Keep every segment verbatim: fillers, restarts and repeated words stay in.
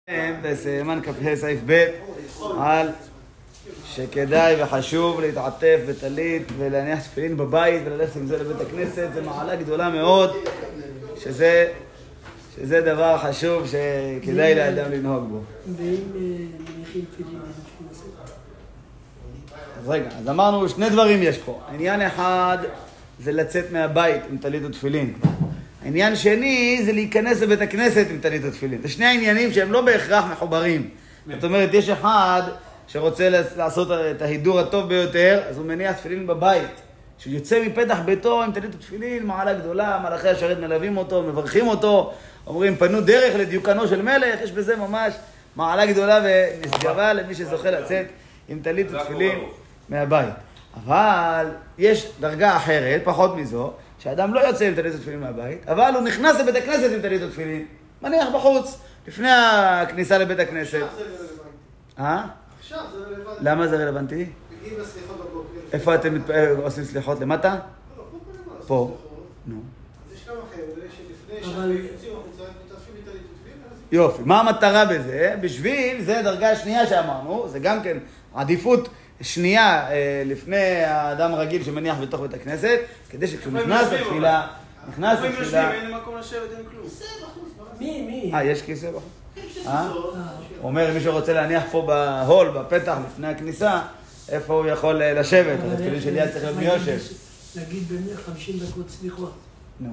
בסימן כ"ה סעיף ב' על שכדאי וחשוב להתעטף בטלית ולהניח תפילין בבית וללכת עם זה לבית הכנסת. זה מעלה גדולה מאוד, שזה שזה דבר חשוב שכדאי לאדם לנהוג בו. ואם מניחים תפילין בכנסת? אז רגע, אז אמרנו שני דברים יש פה. עניין אחד זה לצאת מהבית עם טלית ותפילין. העניין שני זה להיכנס לבית הכנסת עם טלית ותפילין. זה שני העניינים שהם לא בהכרח מחוברים. זאת אומרת, יש אחד שרוצה לעשות את ההידור הטוב ביותר, אז הוא מניח תפילין בבית. כשהוא יוצא מפתח ביתו עם טלית ותפילין, מעלה גדולה, מלאכי השרת מלווים אותו, מברכים אותו, אומרים פנו דרך לדיוקנו של מלך. יש בזה ממש מעלה גדולה ונשגבה למי שזוכה לצאת עם טלית ותפילין מהבית. אבל יש דרגה אחרת, פחות מזו, שאדם לא יוצא עם טלית ותפילין מהבית, אבל הוא נכנס לבית הכנסת עם טלית ותפילין, מניח בחוץ, לפני הכניסה לבית הכנסת. עכשיו זה רלוונטי. אה? עכשיו זה רלוונטי. למה זה רלוונטי? מגיעים לסליחות בבוקר. איפה אתם עושים סליחות? למטה? לא, לא, פה פה למעלה. פה. נו. אז יש כמה חבר'ה שלפני אבל- שיוצאים החוצה, מתאספים איתה להתותפים, ואז יופי. מה המטרה בזה? בשביל, זה הדרגה השנייה שאמרנו, זה גם כן עדיפות שנייה אה, לפני האדם הרגיל שמניח בתוך בית הכנסת, כדי שכשהוא נכנס לתפילה, נכנס לפעמים יושבים, לתפילה... אין מקום לשבת, אין כלום. מי? מי? אה, יש כיסא בחוץ? אה? הוא אומר, מי שרוצה להניח פה בהול, בפתח, לפני הכניסה, איפה הוא יכול אה, לשבת? אז התפילין של יד צריך להיות מיושב. להגיד בין חמישים דקות סליחות. נו.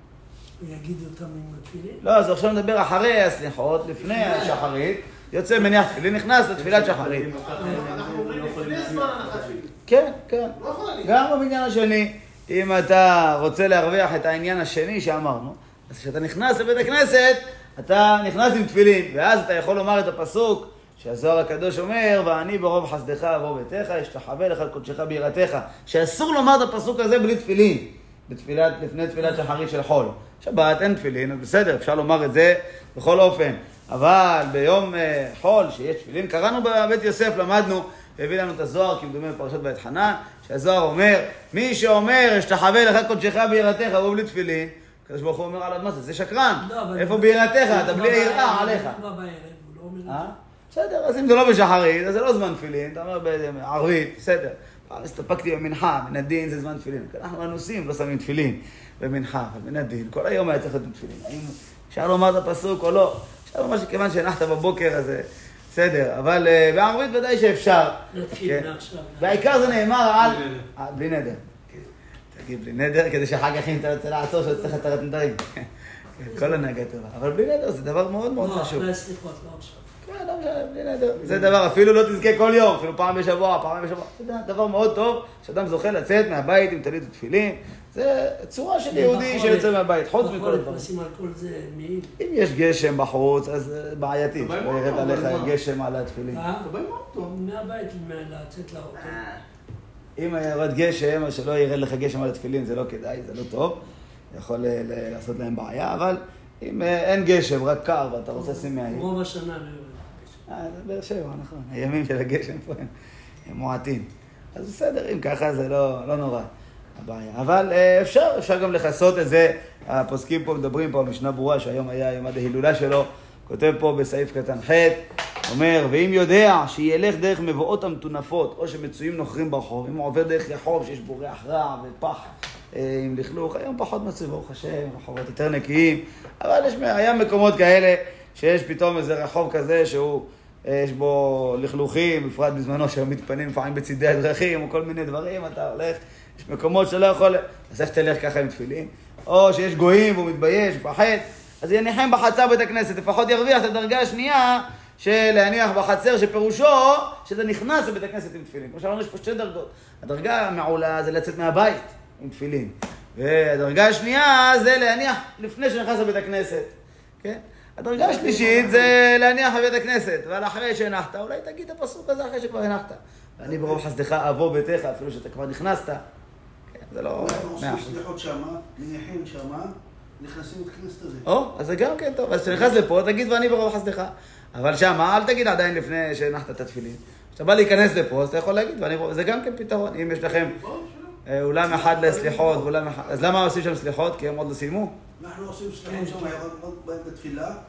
הוא יגיד אותם עם התפילין? לא, אז עכשיו נדבר אחרי הסליחות, לפני השחרית, יוצא מניח תפילין, נכנס לתפילת שחרית. אנחנו אומרים לפני זמן הנחת תפילין. כן, כן. לא יכול להגיד. גם בבניין השני, אם אתה רוצה להרוויח את העניין השני שאמרנו, אז כשאתה נכנס לבית הכנסת, אתה נכנס עם תפילין, ואז אתה יכול לומר את הפסוק שהזוהר הקדוש אומר, ואני ברוב חסדך אבוא ביתך, אשתחווה לך על קודשך ביראתך, שאסור לומר את הפסוק הזה בלי תפילין, בתפילת, לפני תפילת שחרית של חול. שבת אין תפילין, אז בסדר, אפשר לומר את זה בכל אופן. אבל ביום אה, חול שיש תפילין, קראנו בבית יוסף, למדנו, והביא לנו את הזוהר, כי מדומה בפרשת בית חנן, שהזוהר אומר, מי שאומר, אשתחווה לך קודשך ביראתך, הוא בלי תפילין, הקדוש ברוך הוא אומר עליו, מה זה? זה שקרן. לא, אבל- איפה ביראתך? אתה בלי יראה עליך. הוא בא בערב, הוא לא אומר את אה? זה. בסדר, אז אם זה לא בשחרית, אז זה לא זמן תפילין, אתה אומר בערבית, בסדר. פעם הסתפקתי במנחה, מן הדין זה זמן תפילין. אנחנו אנוסים, לא שמים תפילין במנחה, אבל מן הדין, כל היום היה צריך להיות תפילין. האם אפשר לומר את הפסוק או לא? אפשר לומר שכיוון שהנחת בבוקר, אז בסדר, אבל אה, בערבית ודאי שאפשר. נתחיל כן. מעכשיו. והעיקר זה נאמר על... בלי נדר. אה, בלי נדר. כן. תגיד בלי נדר, כדי שאחר כך אם אתה רוצה לעצור, שאתה צריך לתרת נדרים. כן, כל הנהגה טובה. אבל בלי נדר זה דבר מאוד מאוד לא, חשוב. אחרי הסליחות, לא עכשיו. כן, לא משנה, בלי נדר. זה דבר, אפילו לא תזכה כל יום, אפילו פעם בשבוע, פעם בשבוע. זה דבר מאוד טוב, שאדם זוכה לצאת מהבית עם טלית ותפילין. זה צורה של יהודי שיוצא מהבית, חוץ מכל בחורף הדברים. נשים על כל זה מעיל. אם יש גשם בחוץ, אז זה בעייתי, אבל שלא מה? ירד עליך אבל מה? גשם על התפילין. אה? אתה בא עם האוטו. מהבית לצאת לאוטו. אם ירד גשם, אז שלא ירד לך גשם על התפילין, זה לא כדאי, זה לא טוב. יכול ל- ל- לעשות להם בעיה, אבל אם אה, אין גשם, רק קר, ואתה רוצה לשים מהעיר. רוב השנה לא יורד. אה, זה באר שבע, נכון. הימים של הגשם פה הם, הם מועטים. אז בסדר, אם ככה זה לא, לא נורא הבעיה. אבל אה, אפשר, אפשר גם לחסות את זה. הפוסקים פה מדברים פה על משנה ברורה, שהיום היה יום ההילולה שלו. כותב פה בסעיף קטן ח', אומר, ואם יודע שילך דרך מבואות המטונפות, או שמצויים נוכרים ברחוב, אם הוא עובר דרך רחוב שיש בו ריח רע ופח אה, עם לכלוך, היום פחות מצוי, ברוך השם, רחובות יותר נקיים, אבל יש, היה מקומות כאלה שיש פתאום איזה רחוב כזה שהוא, אה, יש בו לכלוכים, בפרט בזמנו שהם מתפנים לפעמים בצידי הדרכים, או כל מיני דברים, אתה הולך, יש מקומות שלא יכול, אז איך תלך ככה עם תפילין? או שיש גויים והוא מתבייש, מפחד, אז יניחם בחצר בית הכנסת, לפחות ירוויח את הדרגה השנייה של להניח בחצר, שפירושו שזה נכנס לבית הכנסת עם תפילין. כמו שאמרנו, יש פה שתי דרגות. הדרגה המעולה זה לצאת מהבית עם תפילין. והדרגה השנייה זה להניח לפני שנכנס לבית הכנסת. כן? הדרגה השלישית זה להניח בבית הכנסת, אבל אחרי שהנחת, אולי תגיד את הפסוק הזה אחרי שכבר הנחת. ואני ברוב חסדך אבוא ביתך, אפילו שאתה כבר נכנסת. כן, זה לא... אנחנו עושים מאה אחוז. סליחות שמה, מניחים שמה, נכנסים את כנסת הזה. או, אז זה גם כן טוב. אז כשנכנס לפה, תגיד ואני ברוב חסדך. אבל שמה, אל תגיד עדיין לפני שהנחת את התפילין. כשאתה בא להיכנס לפה, אז אתה יכול להגיד ואני ברוב... זה גם כן פתרון. אם יש לכם אה, אולם אחד לסליחות, ואולם אחד... אז למה עושים שם סליחות? כי הם עוד לא סיימו? אנחנו עושים סליחות שמה, ירד בתפילה,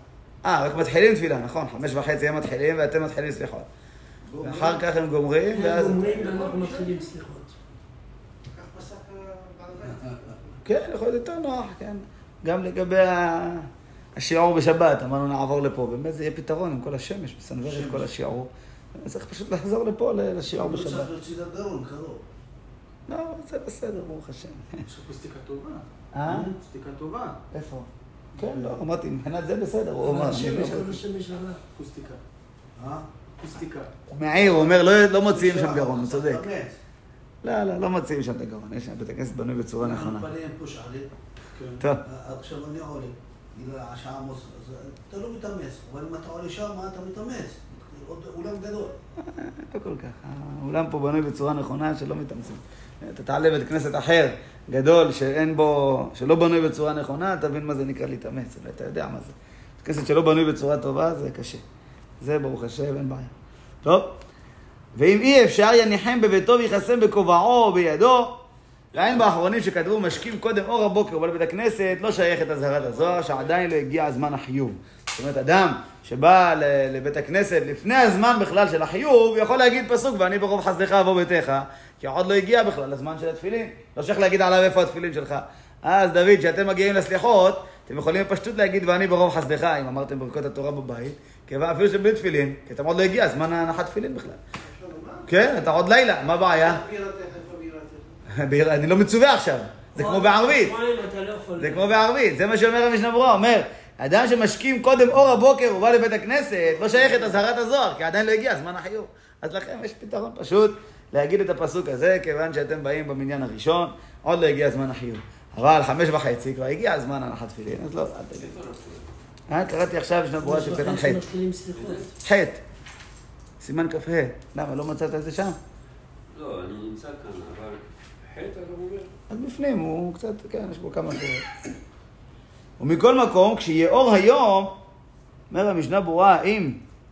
אה, רק מתחילים תפילה, נכון, חמש וחצי הם מתחילים ואתם מתחילים סליחות. ואחר כך הם גומרים, ואז... הם גומרים ואנחנו מתחילים סליחות. כך פסק בעל הבית. כן, יכול להיות יותר נוח, כן. גם לגבי השיעור בשבת, אמרנו נעבור לפה, באמת זה יהיה פתרון עם כל השמש, מסנוור את כל השיעור. צריך פשוט לחזור לפה לשיעור בשבת. צריך להוציא את הדרון, קרוב. לא, זה בסדר, ברוך השם. יש פה סטיקה טובה. אה? סטיקה טובה. איפה? כן, לא, אמרתי, מבחינת זה בסדר, הוא אומר. השמש, כל השמש עלה. אקוסטיקה. אה? אקוסטיקה. הוא מעיר, הוא אומר, לא- לא מוציאים שם גרון, הוא צודק. באמת. לא, לא, לא מוציאים שם את הגרון, יש שם בית הכנסת בנוי בצורה נכונה. אנחנו מתפללים פה שערים. טוב. עכשיו אני עולה. בגלל השעה עמוס, אז אתה לא מתאמץ. אבל אם אתה עולה שם, אתה מתאמץ. עוד אולם גדול. לא כל כך. האולם פה בנוי בצורה נכונה שלא מתאמצים. אתה תעלה בית כנסת אחר, גדול, שאין בו, שלא בנוי בצורה נכונה, תבין מה זה נקרא להתאמץ. אולי אתה יודע מה זה. בית כנסת שלא בנוי בצורה טובה, זה קשה. זה ברוך השם, אין בעיה. טוב. ואם אי אפשר יניחם בביתו ויחסם בכובעו או בידו, לעין באחרונים שכתבו משקים קודם אור הבוקר ובא לבית הכנסת, לא שייך את אזהרת הזוהר, שעדיין לא הגיע הזמן החיוב. זאת אומרת, אדם שבא לבית הכנסת לפני הזמן בכלל של החיוב, יכול להגיד פסוק, ואני ברוב חסדך אבוא ביתך, כי עוד לא הגיע בכלל לזמן של התפילין. לא שייך להגיד עליו איפה התפילין שלך. אז דוד, שאתם מגיעים לסליחות, אתם יכולים פשוט להגיד ואני ברוב חסדך, אם אמרתם ברכות התורה בבית, כיוון אפילו שבלי תפילין, כי אתם עוד לא הגיע זמן הנחת תפילין בכלל. כן, אתה עוד לילה, מה הבעיה? אני לא מצווה עכשיו, זה כמו בערבית. זה כמו בערבית, זה מה שאומר המשנה ברורה, אומר, אדם שמשקים קודם אור הבוקר ובא לבית הכנסת, לא שייך את אזהרת הזוהר, כי עדיין לא הגיע זמן החיוב. אז לכם יש פתרון פשוט להגיד את הפסוק הזה, כיוון שאתם באים במניין הראשון, עוד לא הגיע זמן החיוב. אבל חמש וחצי כבר הגיע הזמן הנחת תפילין, אז לא, אל תגיד. אה, קראתי עכשיו משנה ברורה של פתן חטא. חטא. סימן כ"ה. למה, לא מצאת את זה שם? לא, אני נמצא כאן, אבל חטא אתה אומר? אז בפנים, הוא קצת, כן, יש בו כמה דברים. ומכל מקום, כשיהיה אור היום, אומר המשנה ברורה, אם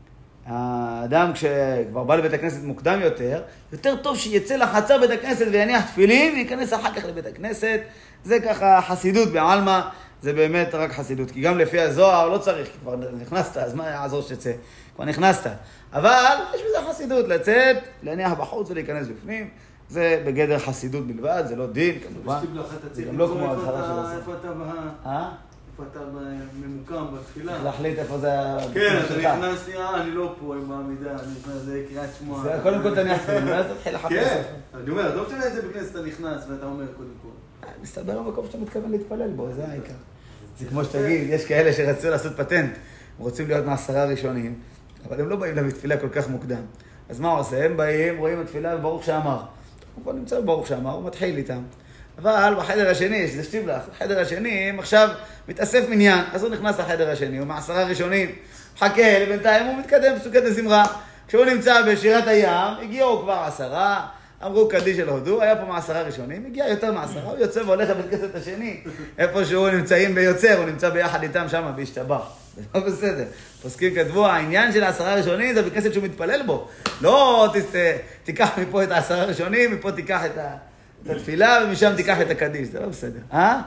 האדם כשכבר בא לבית הכנסת מוקדם יותר, יותר טוב שיצא לחצר בית הכנסת ויניח תפילין, וייכנס אחר כך לבית הכנסת. זה ככה חסידות בעלמא, זה באמת רק חסידות. כי גם לפי הזוהר לא צריך, כי כבר נכנסת, אז מה יעזור שתצא? כבר נכנסת. אבל יש בזה חסידות, לצאת, להניח בחוץ ולהיכנס בפנים. זה בגדר חסידות בלבד, זה לא דין, כמובן. זה גם לא כמו ההתחלה של זה. איפה אתה ב... אה? איפה אתה ממוקם בתפילה? צריך להחליט איפה זה... כן, אתה נכנס לי, אה, אני לא פה עם העמידה, אני נכנס, זה קריאת שמוע. קודם כל תניח תפילין, ואז תתחיל לחפש. כן, אני אומר, לא משנה איזה בכנסת אתה נכנס ואתה אומר קודם כל. מסתבר במקום שאתה מתכוון להתפלל בו, זה העיקר. זה כמו שתגיד, יש כאלה שרצו לעשות פטנט, הם רוצים להיות מעשרה ראשונים, אבל הם לא באים לתפילה כל כך מוקדם. אז מה הוא עושה? הם באים, רואים התפילה וברוך שאמר. הוא כבר נמצא בברוך שאמר, הוא מתחיל איתם. אבל בחדר השני, שזה שתיבלח, בחדר השני, הם עכשיו מתאסף מניין, אז הוא נכנס לחדר השני, הוא מעשרה ראשונים, חכה, לבינתיים הוא מתקדם פסוקת הזמרה. כשהוא נמצא בשירת הים, הגיעו כבר עשרה, אמרו קדיש אל הודו, היה פה מעשרה ראשונים, הגיע יותר מעשרה, הוא יוצא והולך לבית כנסת השני, איפה שהוא נמצאים ביוצר, הוא נמצא ביחד איתם שם בהשתבח. זה לא בסדר. פוסקים כתבו, העניין של העשרה הראשונים זה בכנסת שהוא מתפלל בו. לא תס, תיקח מפה את העשרה הראשונים, מפה תיקח את, ה, את התפילה, ומשם תיקח את הקדיש. זה לא בסדר. אה?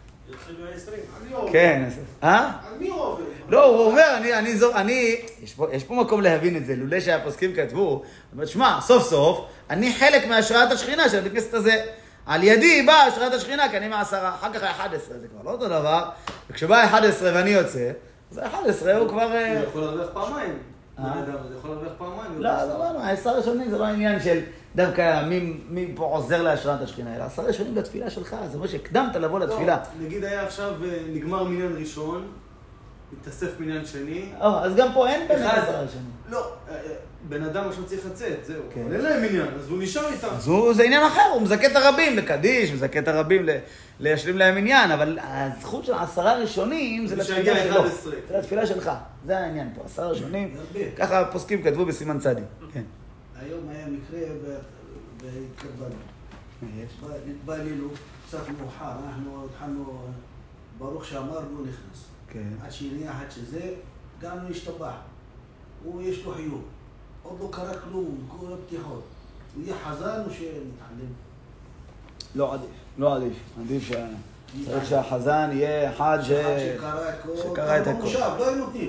כן. אה? על מי הוא עובר? לא, הוא אומר, אני, אני, זו, אני, יש פה, יש פה מקום להבין את זה, לולא שהפוסקים כתבו, הוא אומר, שמע, סוף סוף, אני חלק מהשראת השכינה של הבית כנסת הזה. על ידי באה השראת השכינה, כי אני מעשרה, אחר כך ה-אחד עשרה, זה כבר לא אותו דבר, וכשבא ה-אחד עשרה ואני יוצא, אז ה-אחד עשרה הוא כבר... הוא יכול להרוויח פעמיים. בן אדם, זה יכול להרוויח פעמיים. לא, לא, לא, העשרה ראשונים זה לא העניין של דווקא מי, מי פה עוזר להשראת השכינה, אלא עשרה ראשונים בתפילה שלך, זה אומר שהקדמת לבוא לתפילה. נגיד היה עכשיו נגמר מניין ראשון, מתאסף מניין שני. אז גם פה אין באמת עשרה ראשונים. לא, בן אדם עכשיו צריך לצאת, זהו. אין להם מניין, אז הוא נשאר איתם. אז זה עניין אחר, הוא מזכה את הרבים לקדיש, מזכה את הרבים להשלים להם עניין, אבל הזכות של העשרה ראשונים זה לתפילה שלו. זה לתפילה שלך, זה העניין פה, עשרה ראשונים. ככה הפוסקים כתבו בסימן צדי. היום היה מקרה והתקבלנו. התבללו, קצת מאוחר, אנחנו התחלנו, ברוך שאמרנו נכנס. עד שהניח, עד שזה, גם הוא השתבח. הוא יש לו חיוב. עוד לא קרה כלום, כל הפתיחות. הוא יהיה חזן או שנתעלם? לא עדיף, לא עדיף. עדיף צריך שהחזן יהיה אחד שקרא את הכל. במושב, לא היו נותנים.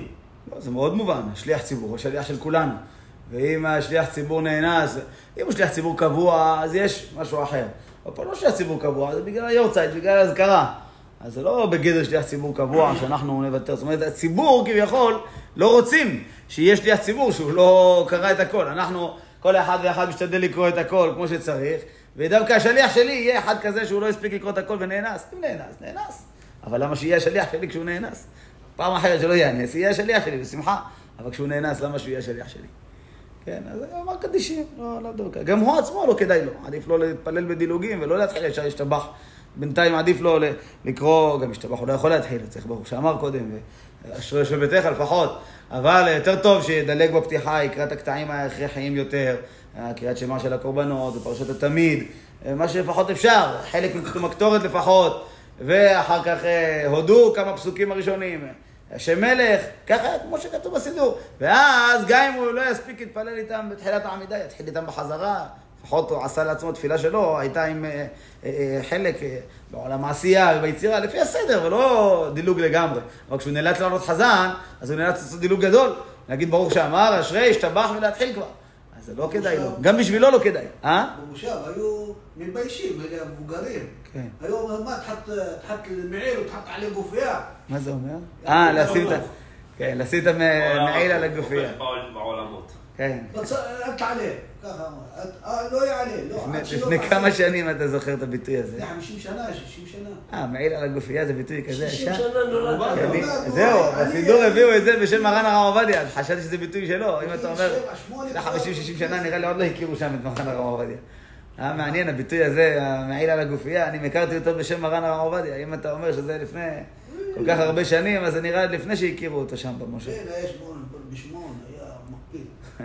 לא, זה מאוד מובן, שליח ציבור, הוא שליח של כולנו. ואם השליח ציבור נאנס, אם הוא שליח ציבור קבוע, אז יש משהו אחר. אבל פה לא שליח ציבור קבוע, זה בגלל היורצייט, בגלל ההזכרה. אז זה לא בגדר שליח ציבור קבוע שאנחנו נוותר. זאת אומרת, הציבור כביכול לא רוצים שיש שליח ציבור שהוא לא קרא את הכל. אנחנו, כל אחד ואחד משתדל לקרוא את הכל כמו שצריך, ודווקא השליח שלי יהיה אחד כזה שהוא לא הספיק לקרוא את הכל ונאנס. אם נאנס, נאנס. אבל למה שיהיה השליח שלי כשהוא נאנס? פעם אחרת שלא יאנס, יהיה השליח שלי בשמחה. אבל כשהוא נאנס, למה שהוא יהיה השליח שלי? כן, אז הוא אמר קדישים, לא, לא דווקא. גם הוא עצמו לא כדאי לו. עדיף לו להתפלל בדילוגים ולא להתחיל ישר להשתבח. בינתיים עדיף לו לקרוא, גם להשתבח, הוא לא יכול להתחיל, צריך ברוך שאמר קודם, אשרי יושב ביתך לפחות. אבל יותר טוב שידלג בפתיחה, יקרא את הקטעים ההכרחיים יותר, קריאת שמע של הקורבנות, ופרשת התמיד, מה שלפחות אפשר, חלק מכתוב הקטורת לפחות, ואחר כך הודו כמה פסוקים הראשונים. השם מלך, ככה כמו שכתוב בסידור. ואז גם אם הוא לא יספיק להתפלל איתם בתחילת העמידה, יתחיל איתם בחזרה. לפחות הוא עשה לעצמו תפילה שלו, הייתה עם אה, אה, חלק אה, בעולם העשייה וביצירה, לפי הסדר, ולא דילוג לגמרי. אבל כשהוא נאלץ לעלות חזן, אז הוא נאלץ לעשות דילוג גדול. להגיד ברוך שאמר, אשרי, השתבח ולהתחיל כבר. אז זה לא כדאי לו. גם בשבילו לא כדאי. אה? במושב היו מתביישים, אלה מבוגרים. כן. היו, מה, תחת מעיל ותחת עלי גופייה. מה זה אומר? אה, לשים את ה... כן, לשים את המעיל על הגופייה. בעולמות. כן. אל תעלה, ככה אמר. לא יעלה, לא. לפני כמה שנים אתה זוכר את הביטוי הזה? לפני חמישים שנה, שישים שנה. אה, מעיל על הגופייה זה ביטוי כזה. שישים שנה נולד. זהו, בסידור הביאו את זה בשם מרן הרב עובדיה, אז חשבתי שזה ביטוי שלו. אם אתה אומר, לפני חמישים שישים שנה נראה לי עוד לא הכירו שם את מרן הרב עובדיה. היה מעניין, הביטוי הזה, המעיל על הגופייה, אני מכרתי אותו בשם מרן הרב עובדיה. אם אתה אומר שזה לפני כל כך הרבה שנים, אז זה נראה לפני שהכירו אותו שם במושב. כן, היה שמון, בשמון, היה מקפיד.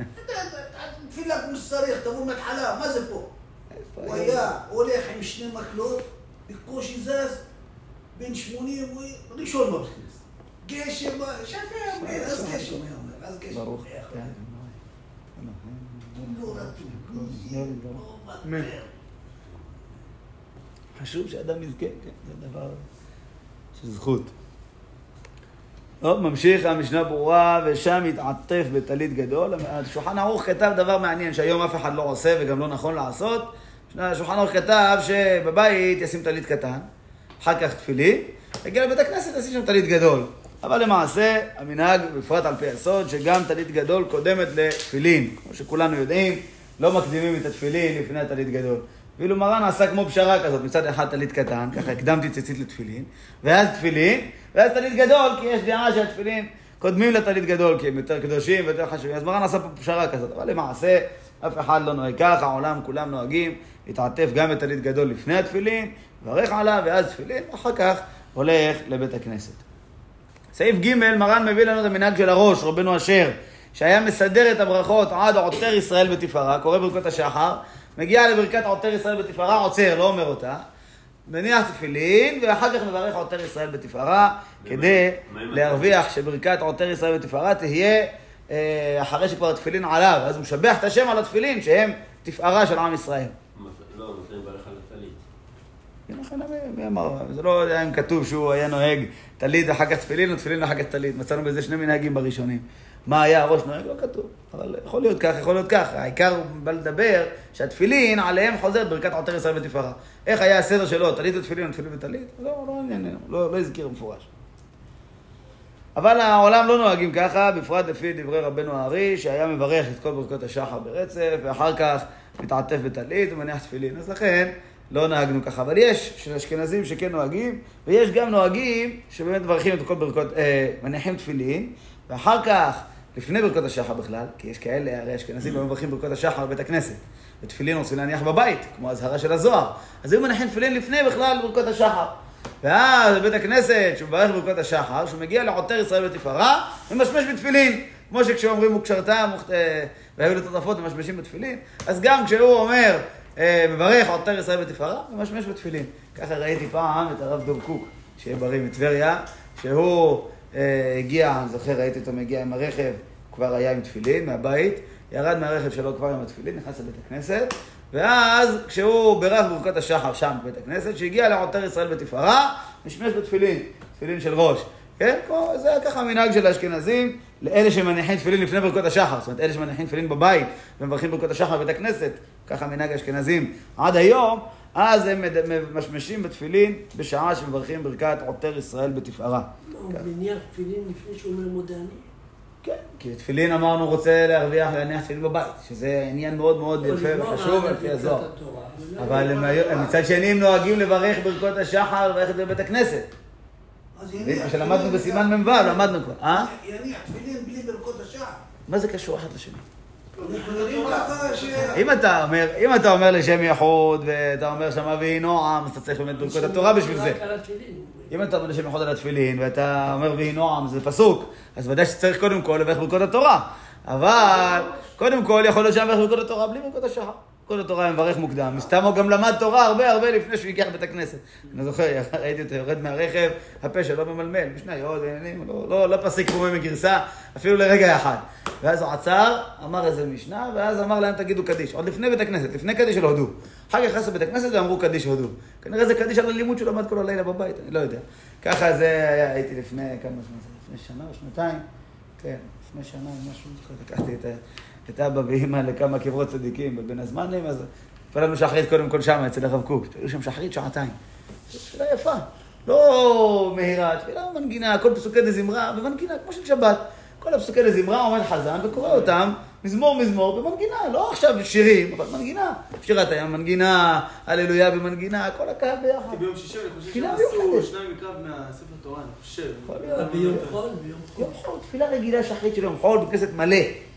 תפילה כמו שצריך, תבוא מהתחלה, מה זה פה? הוא היה הולך עם שני מקלות, בקושי זז, בין שמונים, ראשון מבחיס. גשם, שפה, אז גשם היה אומר, אז גשם. ברוך. לא רטוב, לא מטר. חשוב שאדם יזכה, זה דבר של זכות. טוב, ממשיך המשנה ברורה, ושם התעטף בטלית גדול. השולחן ערוך כתב דבר מעניין שהיום אף אחד לא עושה וגם לא נכון לעשות. השולחן ערוך כתב שבבית ישים טלית קטן, אחר כך תפילין, הגיע לבית הכנסת ישים שם טלית גדול. אבל למעשה המנהג בפרט על פי הסוד שגם טלית גדול קודמת לתפילין. כמו שכולנו יודעים, לא מקדימים את התפילין לפני הטלית גדול. ואילו מרן עשה כמו פשרה כזאת, מצד אחד טלית קטן, ככה הקדמתי ציצית לתפילין, ואז תפילין, ואז טלית גדול, כי יש דעה שהתפילין קודמים לטלית גדול, כי הם יותר קדושים ויותר חשובים. אז מרן עשה פה פשרה כזאת, אבל למעשה אף אחד לא נוהג ככה, העולם כולם נוהגים, להתעטף גם בטלית גדול לפני התפילין, וערך עליו, ואז תפילין, ואחר כך הולך לבית הכנסת. סעיף ג' מרן מביא לנו את המנהג של הראש, רבנו אשר, שהיה מסדר את הברכות עד עוטר ישראל בתפארה, קורא ברכות השחר, מגיע לברכת עוטר ישראל בתפארה, עוצר, לא אומר אותה, מניח תפילין, ואחר כך מברך עוטר ישראל בתפארה, כדי להרוויח שברכת עוטר ישראל בתפארה תהיה אחרי שכבר התפילין עליו, אז הוא משבח את השם על התפילין, שהם תפארה של עם ישראל. לא, נותן ברך על הטלית. לכן, מי אמר? זה לא יודע אם כתוב שהוא היה נוהג טלית ואחר כך תפילין, או תפילין ואחר כך טלית. מצאנו בזה שני מנהגים בראשונים. מה היה הראש נוהג? לא כתוב. אבל יכול להיות כך, יכול להיות כך. העיקר הוא בא לדבר שהתפילין עליהם חוזרת ברכת עוטר ישראל בתפארה. איך היה הסדר שלו? טלית ותפילין, או תפילין וטלית? לא, לא עניין, לא, לא הזכיר מפורש. אבל העולם לא נוהגים ככה, בפרט לפי דברי רבנו הארי, שהיה מברך את כל ברכות השחר ברצף, ואחר כך מתעטף בטלית ומניח תפילין. אז לכן לא נהגנו ככה. אבל יש של אשכנזים שכן נוהגים, ויש גם נוהגים שבאמת מברכים את כל ברכות, אה, מניחים תפילין, ואחר כך, לפני ברכות השחר בכלל, כי יש כאלה, הרי אשכנזים לא מברכים ברכות השחר בבית הכנסת, ותפילין רוצים להניח בבית, כמו הזהרה של הזוהר. אז היו מניחים תפילין לפני בכלל ברכות השחר. ואז בבית הכנסת, שהוא מברך ברכות השחר, שהוא מגיע לעוטר ישראל בתפארה, ומשמש בתפילין. כמו שכשאומרים מוקשרתם, והיו לטוטפות ומשמשים בתפילין, אז גם כשהוא אומר, מברך עוטר ישראל בתפארה, ומשמש בתפילין. ככה ראיתי פעם את הרב דוב קוק, שיהיה בריא מטבריה, שהוא הגיע, אני זוכר, ראיתי אותו מגיע עם הרכב, כבר היה עם תפילין מהבית, ירד מהרכב שלו כבר עם התפילין, נכנס לבית הכנסת, ואז כשהוא ברך ברכות השחר שם בבית הכנסת, שהגיע לעוטר ישראל בתפארה, משמש בתפילין, תפילין של ראש. כן? כמו, זה ככה המנהג של האשכנזים, לאלה שמניחים תפילין לפני ברכות השחר, זאת אומרת, אלה שמניחים תפילין בבית ומברכים ברכות השחר בבית הכנסת, ככה מנהג האשכנזים עד היום, אז הם משמשים בתפילין בשעה שמברכים ברכת עוטר ישראל בתפארה. הוא מניח תפילין לפני שהוא אומר מודה אני? כן, כי תפילין אמרנו רוצה להרוויח להניח תפילין בבית, שזה עניין מאוד מאוד יפה וחשוב על פי הזוהר. אבל מצד שני הם נוהגים לברך ברכות השחר, לברך את זה בבית הכנסת. שלמדנו בסימן ממ"ו, למדנו כבר. אה? יניח תפילין בלי ברכות השחר. מה זה קשור אחד לשני? ש... אם אתה אומר, אם אתה אומר לשם יחוד, ואתה אומר שמה ויהי נועם, אז אתה צריך באמת ברכות התורה בשביל זה. אם אתה אומר לשם יחוד על התפילין, ואתה אומר ויהי נועם, זה פסוק, אז ודאי שצריך קודם כל לברך ברכות התורה. אבל קודם כל יכול להיות שאני מברך ברכות התורה בלי ברכות השחר. ברכות התורה אני מברך מוקדם. מסתם הוא גם למד תורה הרבה הרבה לפני שהוא הגיע לבית הכנסת. אני זוכר, ראיתי אותו יורד מהרכב, הפה שלו ממלמל, משנה יורד, לא, לא, לא פסיק כמו מגרסה, אפילו לרגע אחד. ואז הוא עצר, אמר איזה משנה, ואז אמר להם תגידו קדיש. עוד לפני בית הכנסת, לפני קדיש שלו הודו. אחר כך נכנס לבית הכנסת ואמרו קדיש הודו. כנראה זה קדיש על הלימוד שהוא למד כל הלילה בבית, אני לא יודע. ככה זה היה, הייתי לפני כמה שנה, לפני שנה או שנתיים, כן, לפני שנה, משהו, לקחתי את, את אבא ואמא לכמה קברות צדיקים בבין הזמנים, אז התפללנו שחרית קודם כל שם, אצל הרב קוק, תראו שם שחרית שעתיים. תפילה יפה, לא מהירה, תפילה מנגינה, כל פסוקי דזמרה, במנגינה, כמו של שבת. כל הפסוקי דזמרה עומד חזן וקורא אותם מזמור מזמור במנגינה, לא עכשיו שירים, אבל מנגינה. שירת הים מנגינה, הללויה במנגינה, כל הקהל ביחד. כי ביום שישי אני חושב שעשו שניים מקרב מהספר תורה, אני חושב. ביום חול, ביום חול. יום חול, תפילה רגילה שחרית של יום חול, בכנסת מלא.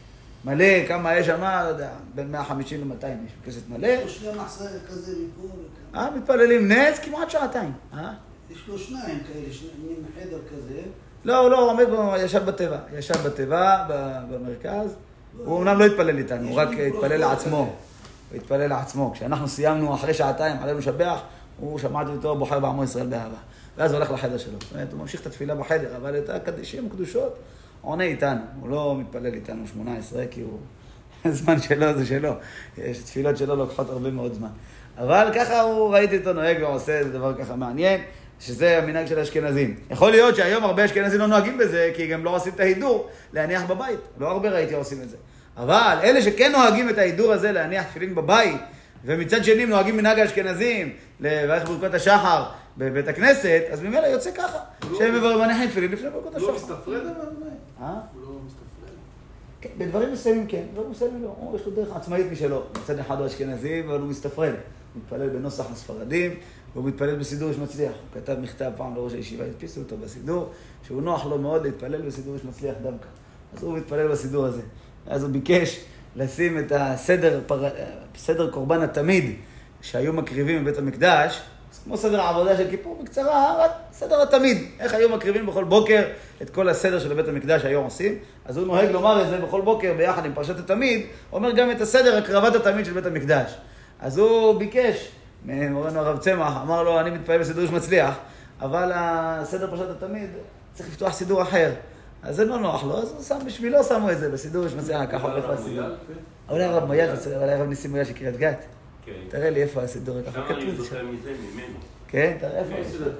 מלא, כמה יש שם, לא יודע, בין מאה וחמישים למאתיים יש בכנסת מלא. יש לו שני מחסר כזה מפה. אה, מתפללים נץ כמעט שעתיים. אה? יש לו שניים כאלה, שניים חדר כזה. לא, לא, הוא עומד, ישב בטבע, ישב בטבע, במרכז. הוא אומנם לא התפלל איתנו, הוא רק התפלל לעצמו. הוא התפלל לעצמו. כשאנחנו סיימנו אחרי שעתיים, עלינו שבח, הוא שמעתי אותו בוחר בעמו ישראל באהבה. ואז הוא הולך לחדר שלו. זאת אומרת, הוא ממשיך את התפילה בחדר, אבל את הקדישים, הקדושות, עונה איתנו. הוא לא מתפלל איתנו שמונה עשרה, כי הוא... הזמן שלו זה שלו. יש תפילות שלו לוקחות הרבה מאוד זמן. אבל ככה הוא, ראיתי אותו נוהג ועושה, זה דבר ככה מעניין. שזה המנהג של האשכנזים. יכול להיות שהיום הרבה אשכנזים לא נוהגים בזה, כי גם לא עושים את ההידור להניח בבית. לא הרבה ראיתי עושים את זה. אבל אלה שכן נוהגים את ההידור הזה להניח תפילין בבית, ומצד שני נוהגים מנהג האשכנזים לברך ברכות השחר בבית הכנסת, אז ממילא יוצא ככה, שהם מניחים תפילין לפני ברכות השחר. הוא לא מסתפרד אבל? אה? הוא לא מסתפרד? כן, בדברים מסוימים כן, בדברים מסוימים לא. הוא, יש לו דרך עצמאית משלו. מצד אחד הוא אשכנזי, אבל הוא מסתפרד. הוא מתפלל בנוסח הספרדים, והוא מתפלל בסידור איש מצליח. הוא כתב מכתב פעם לראש הישיבה, הדפיסו אותו בסידור, שהוא נוח לו מאוד להתפלל בסידור איש מצליח דווקא. אז הוא מתפלל בסידור הזה. אז הוא ביקש לשים את הסדר, פר... סדר קורבן התמיד שהיו מקריבים בבית המקדש, כמו סדר העבודה של כיפור, בקצרה, רק סדר התמיד. איך היו מקריבים בכל בוקר את כל הסדר של בית המקדש היום עושים. אז הוא נוהג לומר את זה בכל בוקר ביחד עם פרשת התמיד, אומר גם את הסדר הקרבת התמיד של בית המקדש. אז הוא ביקש, מורנו הרב צמח, אמר לו, אני מתפעל בסידור איש מצליח, אבל הסדר פרשת התמיד צריך לפתוח סידור אחר. אז זה לא נוח לו, אז הוא שם בשבילו, שמו את זה בסידור איש מצליח, ככה הולך לסידור. אולי הרב מויאל, אולי הרב ניסים מויאל של קריית גת. תראה לי איפה הסידור, ככה כתוב. שם אני זוכר מזה ממנו. כן, תראה איפה.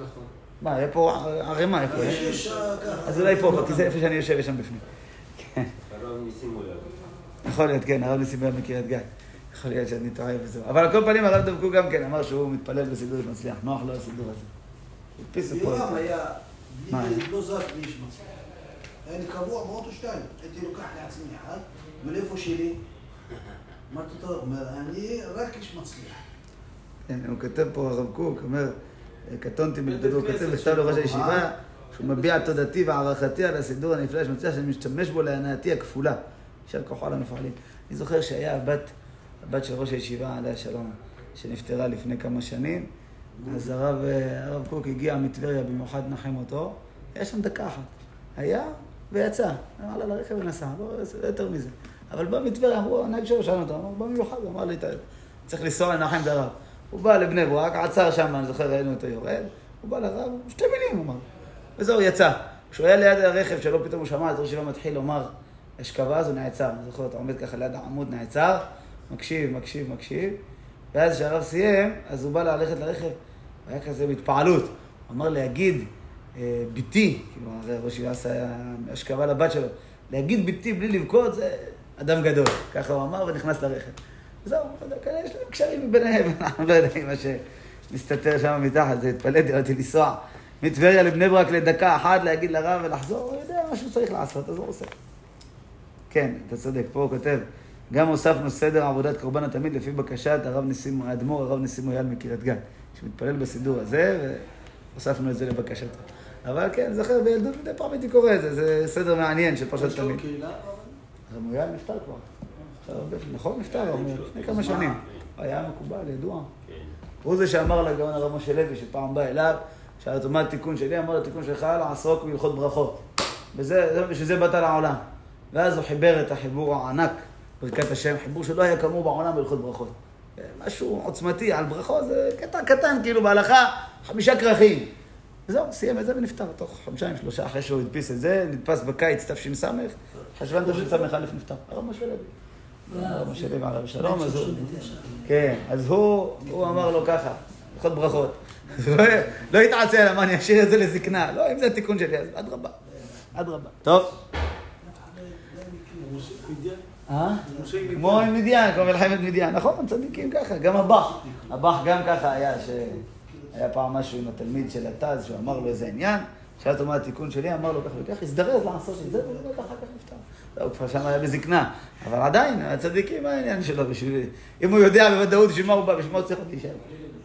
מה, היה פה ערימה, איפה? אז אולי פה, כי זה איפה שאני יושב, יש שם בפנים. הרב ניסים מויאל. יכול להיות, כן, הרב ניסים מויאל מקריית גת. יכול להיות שאני טועה וזהו. אבל על כל פנים הרב דב קוק גם כן אמר שהוא מתפלל בסידור איש מצליח. נוח לו הסידור הזה. הדפיסו פה. בירם היה, לא זז באיש מצליח. היה לי קבוע באוטו שתיים. הייתי לוקח לעצמי אחד, מאיפה שלי. אמרתי אותו, אומר, אני רק איש מצליח. כן, הוא כתב פה הרב קוק, אומר, קטונתי מלתדור, הוא כתב בכתב לראש הישיבה, שהוא מביע תודתי והערכתי על הסידור הנפלא איש מצליח, שאני משתמש בו להנאתי הכפולה. ישר כוחו על המפעלים. אני זוכר שהיה הבת, הבת של ראש הישיבה, עליה שלום, שנפטרה לפני כמה שנים, אז הרב, הרב קוק הגיע מטבריה, במיוחד נחם אותו, היה שם דקה אחת. היה ויצא, עלה לרכב ונסע, לא יותר מזה. אבל בא מטבריה, אמרו, הנהג שלו שאל אותו, אמרו, בא מיוחד, הוא אמר לי, צריך לנסוע לנחם את הרב. הוא בא לבני ברק, עצר שם, אני זוכר, ראינו אותו יורד, הוא בא לרב, שתי מילים, הוא אמר. וזהו, יצא. כשהוא היה ליד הרכב שלו, פתאום הוא שמע, אז ראש שלו מתחיל לומר, אשכבה, אז הוא נעצר. אני זוכר, אתה עומד ככה ליד העמוד, נעצר, מקשיב, מקשיב, מקשיב. ואז כשהרב סיים, אז הוא בא ללכת לרכב, הוא היה כזה בהתפעלות. הוא אמר להגיד ביתי, כאילו, הרי ראש ישיבה עשה השכבה לבת שלו, להגיד ביתי בלי לבכות זה אדם גדול, ככה הוא אמר ונכנס לרכב. וזהו, כאלה יש להם קשרים ביניהם, אנחנו לא יודעים מה שמסתתר שם מתחת, זה התפלאתי, רציתי לנסוע מטבריה לבני ברק לדקה אחת, להגיד לרב ולחזור, הוא יודע מה שהוא צריך לעשות, אז הוא עושה. כן, אתה צודק, פה הוא כותב, גם הוספנו סדר עבודת קורבן התמיד לפי בקשת הרב ניסים, האדמו"ר, הרב ניסים אייל מקריית גת, שמתפלל בסידור הזה, והוספנו את זה לבקשתו. אבל כן, זכר בילדות מדי פעם הייתי קורא את זה, זה סדר מעניין של פרשת תמיד. הרב אייל נפטר כבר. נכון, נפטר, לפני כמה שנים. היה מקובל, ידוע. הוא זה שאמר לגאון הרב משה לוי, שפעם בא אליו, שאל אותו מה התיקון שלי, אמר לו, התיקון שלך לעסוק בהלכות ברכות. ושזה באת לעולם. ואז הוא חיבר את החיבור הענק, ברכת השם, חיבור שלא היה כאמור בעולם בהלכות ברכות. משהו עוצמתי על ברכות, זה קטן קטן, כאילו בהלכה, חמישה כרכים. וזהו, סיים את זה ונפטר, תוך חמישיים, שלושה, אחרי שהוא הדפיס את זה, נדפס בקיץ תש"ס, חשבן תש"ס א' נפטר, הרב משה לוי. הרב משה לוי, הרב שלום, אז הוא... כן, אז הוא אמר לו ככה, הלכות ברכות. לא התעצל, אמר, אני אשאיר את זה לזקנה. לא, אם זה התיקון שלי, אז עד רבה. עד רבה. טוב. אה? כמו עם מדיין, כמו מלחמת מדיין. נכון, צדיקים ככה, גם הבח. הבח גם ככה היה, שהיה פעם משהו עם התלמיד של התז, שהוא אמר לו איזה עניין, שאל אותו מה התיקון שלי, אמר לו ככה וכך, הזדרז לעשות את זה, ואחר כך נפטר. הוא כבר שם היה בזקנה. אבל עדיין, הצדיקים, מה העניין שלו? אם הוא יודע בוודאות שמה הוא בא, ושמה הוא צריך אותי שם.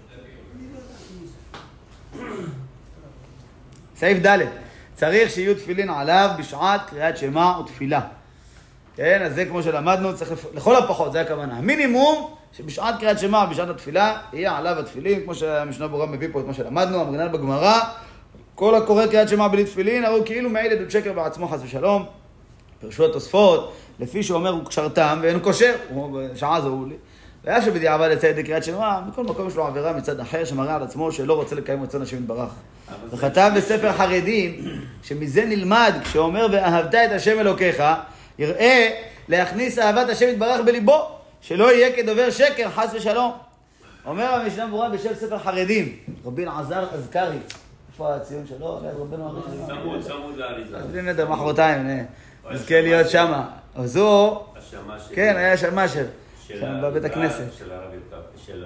סעיף ד' צריך שיהיו תפילין עליו בשעת קריאת שמע ותפילה. כן, אז זה כמו שלמדנו, צריך לכל הפחות, זה הכוונה. המינימום שבשעת קריאת שמע ובשעת התפילה יהיה עליו התפילין, כמו שהמשנה ברורה מביא פה את מה שלמדנו, המגנל בגמרא, כל הקורא קריאת שמע בלי תפילין, הרי הוא כאילו מעיד עדות שקר בעצמו חס ושלום. פרשו התוספות, לפי שהוא אומר הוא קשרתם ואין הוא קושר, בשעה זו הוא לי. ואף שבדיעבד לציית לקריאת שמע, מכל מקום יש לו עבירה מצד אחר שמראה על עצמו שלא רוצה לקיים רצון השם יתברך. וכתב בספר חרדים, שמזה נלמד, כשאומר ואהבת את השם אלוקיך, יראה להכניס אהבת השם יתברך בליבו, שלא יהיה כדובר שקר, חס ושלום. אומר המשנה ברורה בשם ספר חרדים, רבי אלעזר אזכרי, איפה הציון שלו? רבנו הראשון. צמוד, צמוד לאריזה. אז בלי נדר, מחרתיים, נזכה להיות שמה. אז הוא, כן, היה שמאשר, שם בבית הכנסת. של הרב של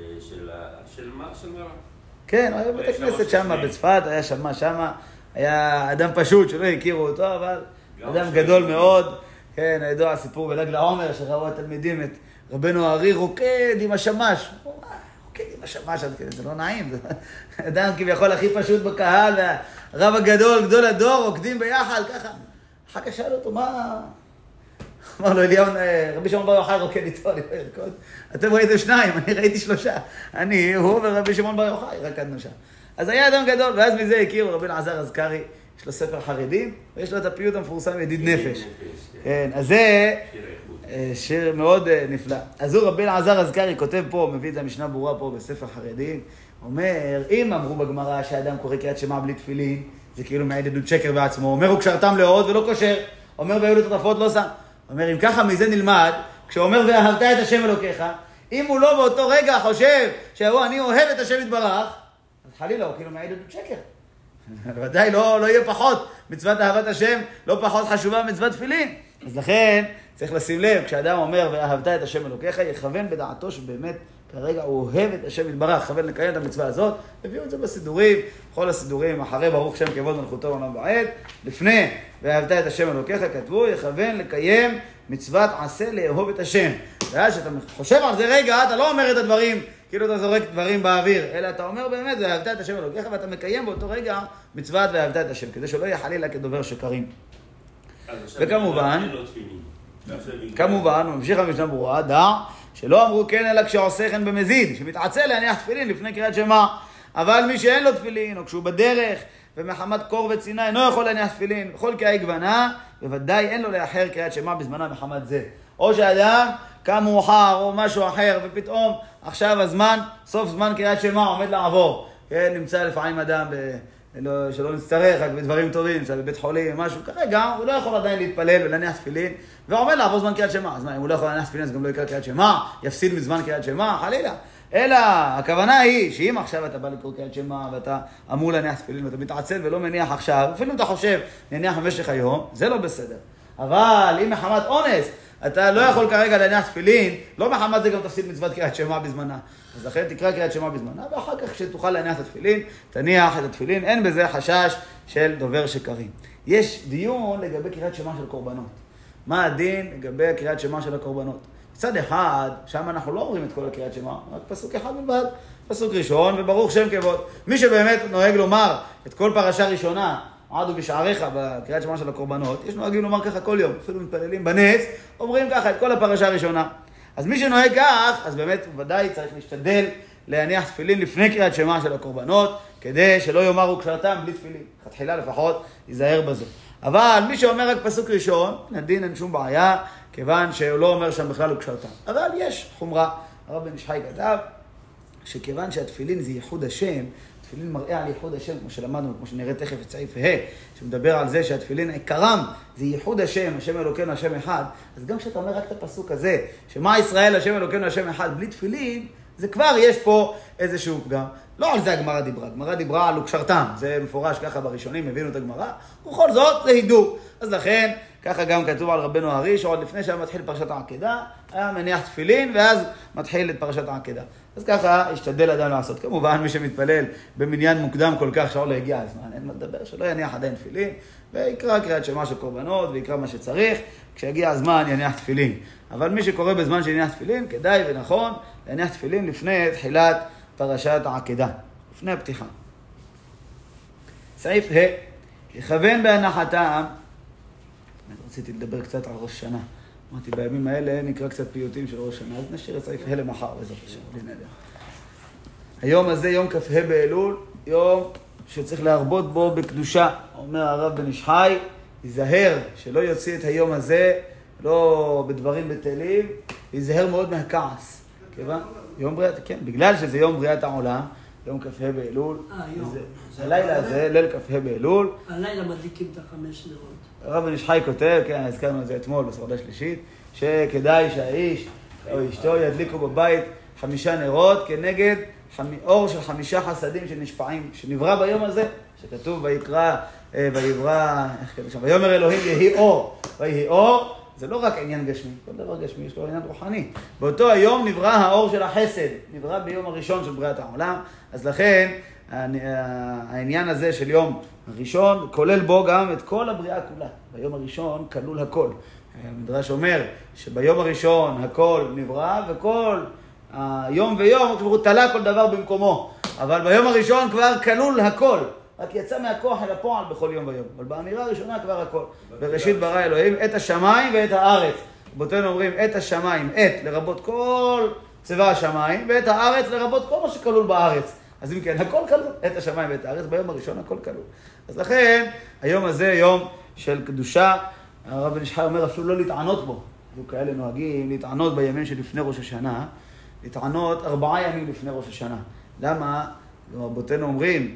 של מה? של מה? כן, הוא היה בבית הכנסת שם, בצפת, היה שמה שמה, היה אדם פשוט שלא הכירו אותו, אבל אדם גדול מאוד. כן, הידוע הסיפור בל"ג לעומר, שראו התלמידים את רבנו הארי רוקד עם השמש. רוקד עם השמש, זה לא נעים, זה אדם כביכול הכי פשוט בקהל, והרב הגדול, גדול הדור, רוקדים ביחד, ככה. אחר כך שאל אותו, מה... אמר לו, אליהו, רבי שמעון בר יוחאי רוקד איתו, אני לא ארקוד. אתם ראיתם שניים, אני ראיתי שלושה. אני, הוא ורבי שמעון בר יוחאי, רקדנו שם. אז היה אדם גדול, ואז מזה הכירו רבי אלעזר אזכרי, יש לו ספר חרדים, ויש לו את הפיוט המפורסם, ידיד נפש. כן, אז זה שיר מאוד נפלא. אז הוא רבי אלעזר אזכרי כותב פה, מביא את המשנה ברורה פה בספר חרדים, אומר, אם אמרו בגמרא שאדם קורא קריאת שמע בלי תפילין, זה כאילו מעיד עדות שקר בעצמו. אומר, הוא קשרתם לעוד ולא קושר. אומר, והיו לו תרפות לא שם. אומר, אם ככה מזה נלמד, כשאומר ואהבת את השם אלוקיך, אם הוא לא באותו רגע חושב שהוא אני אוהב את השם יתברך, אז חלילה, הוא כאילו מעיד עדות שקר. ודאי לא, לא יהיה פחות מצוות אהבת השם, לא פחות חשובה מצוות תפילין. אז לכן צריך לשים לב, כשאדם אומר ואהבת את השם אלוקיך, יכוון בדעתו שבאמת כרגע הוא אוהב את השם יתברך, יכוון לקיים את המצווה הזאת, הביאו את זה בסידורים, בכל הסידורים, אחרי ברוך שם כבוד מלכותו לעולם ועד, לפני ואהבת את השם אלוקיך כתבו, יכוון לקיים מצוות עשה לאהוב את השם. ואז שאתה חושב על זה רגע, אתה לא אומר את הדברים, כאילו אתה זורק דברים באוויר, אלא אתה אומר באמת, ואהבת את השם אלוקיך, ואתה מקיים באותו רגע מצוות ואהבת את השם, כדי שלא יהיה חלילה כדובר שקרים. וכמובן, כמובן, ממשיך המשנה ברורה, דע, שלא אמרו כן אלא כשעושה כן במזיד, שמתעצל להניח תפילין לפני קריאת שמע, אבל מי שאין לו תפילין, או כשהוא בדרך, ומחמת קור וצינה, אינו יכול להניח תפילין, בכל קריאה גוונה, בוודאי אין לו לאחר קריאת שמע בזמנה מחמת זה. או שאדם קם מאוחר, או משהו אחר, ופתאום עכשיו הזמן, סוף זמן קריאת שמע עומד לעבור. כן, נמצא לפעמים אדם ב... לא, שלא נצטרך, רק בדברים טובים, נמצא בבית חולים, משהו. כרגע הוא לא יכול עדיין להתפלל ולהניח תפילין, ועומד לעבור זמן קריאת שמע. אז מה, אם הוא לא יכול להניח תפילין, אז גם לא יקרא קריאת שמע, יפסיד מזמן קריאת שמע, חלילה. אלא הכוונה היא שאם עכשיו אתה בא לקרוא קריאת שמע ואתה אמור להניח תפילין ואתה מתעצל ולא מניח עכשיו, אפילו אם אתה חושב להניח במשך היום, זה לא בסדר. אבל אם מחמת אונס אתה לא יכול כרגע להניח תפילין, לא מחמת זה גם תפסיד מצוות קריאת שמע בזמנה. אז לכן תקרא קריאת שמע בזמנה, ואחר כך כשתוכל להניח את התפילין, תניח את התפילין, אין בזה חשש של דובר שקרים. יש דיון לגבי קריאת שמע של קורבנות. מה הדין לגבי קריאת שמע של הקורבנות? מצד אחד, שם אנחנו לא אומרים את כל הקריאת שמע, רק פסוק אחד בלבד, פסוק ראשון, וברוך שם כבוד. מי שבאמת נוהג לומר את כל פרשה ראשונה, עד ובשעריך בקריאת שמע של הקורבנות, יש נוהגים לומר ככה כל יום, אפילו מתפללים בנס, אומרים ככה את כל הפרשה הראשונה. אז מי שנוהג כך, אז באמת ודאי צריך להשתדל להניח תפילין לפני קריאת שמע של הקורבנות, כדי שלא יאמרו קשרתם בלי תפילין. תחילה לפחות ייזהר בזה. אבל מי שאומר רק פסוק ראשון, לדין אין שום בעיה, כיוון שהוא לא אומר שם בכלל הוא קשרתם. אבל יש חומרה. הרב בן איש חי כתב, שכיוון שהתפילין זה ייחוד השם, תפילין מראה על ייחוד השם, כמו שלמדנו, כמו שנראה תכף את סעיף ה', שמדבר על זה שהתפילין עיקרם זה ייחוד השם, השם אלוקינו השם אחד. אז גם כשאתה אומר רק את הפסוק הזה, שמה ישראל השם אלוקינו השם אחד, בלי תפילין, זה כבר יש פה איזשהו פגם. לא על זה הגמרא דיברה, הגמרא דיברה על וקשרתם, זה מפורש ככה בראשונים, הבינו את הגמרא, ובכל זאת זה הידור. אז לכן, ככה גם כתוב על רבנו הרי, שעוד לפני שהיה מתחיל פרשת העקדה, היה מניח תפילין, ואז מתחיל את פרשת העקדה. אז ככה השתדל אדם לעשות. כמובן, מי שמתפלל במניין מוקדם כל כך, שעוד לא הגיע הזמן, אין מה לדבר, שלא יניח עדיין תפילין, ויקרא קריאת שמע של קורבנות, ויקרא מה שצריך, כשיגיע הזמן יניח תפילין. אבל מי שקורא בזמן שיניח תפילין, כדאי ונכון להניח תפילין לפני תחילת פרשת העקדה, לפני הפתיחה. סעיף ה' יכוון בהנחתם, רציתי לדבר קצת על ראש שנה. אמרתי, בימים האלה נקרא קצת פיוטים של ראש שנה, אז נשאיר את סעיף ה' למחר, בעזרת השם, בלי נדר. היום הזה, יום כ"ה באלול, יום שצריך להרבות בו בקדושה. אומר הרב בן איש חי, ייזהר שלא יוציא את היום הזה, לא בדברים בטלים, ייזהר מאוד מהכעס. כיוון, יום בריאת, כן, בגלל שזה יום בריאת העולם, יום כ"ה באלול. אה, יום. הלילה הזה, ליל כ"ה באלול. הלילה מדליקים את החמש נרות. הרב בן איש חי כותב, כן, הזכרנו את זה אתמול בסעודה שלישית, שכדאי שהאיש או אשתו ידליקו בבית חמישה נרות כנגד אור של חמישה חסדים שנשפעים, שנברא ביום הזה, שכתוב ויקרא, ויברא, איך כתוב שם, ויאמר אלוהים יהי אור, ויהי אור, זה לא רק עניין גשמי, כל דבר גשמי יש לו עניין רוחני. באותו היום נברא האור של החסד, נברא ביום הראשון של בריאת העולם, אז לכן העניין הזה של יום הראשון כולל בו גם את כל הבריאה כולה. ביום הראשון כלול הכל. המדרש אומר שביום הראשון הכל נברא וכל היום ויום הוא תלה כל דבר במקומו. אבל ביום הראשון כבר כלול הכל. רק יצא מהכוח אל הפועל בכל יום ויום. אבל באמירה הראשונה כבר הכל. בראשית ברא אלוהים את השמיים ואת הארץ. רבותינו אומרים את השמיים, את לרבות כל צבע השמיים, ואת הארץ לרבות כל מה שכלול בארץ. אז אם כן, הכל כלול, את השמיים ואת הארץ, ביום הראשון הכל כלול. אז לכן, היום הזה יום של קדושה, הרב בן איש חי אומר אפילו לא להתענות בו. היו כאלה נוהגים להתענות בימים שלפני ראש השנה, להתענות ארבעה ימים לפני ראש השנה. למה? רבותינו אומרים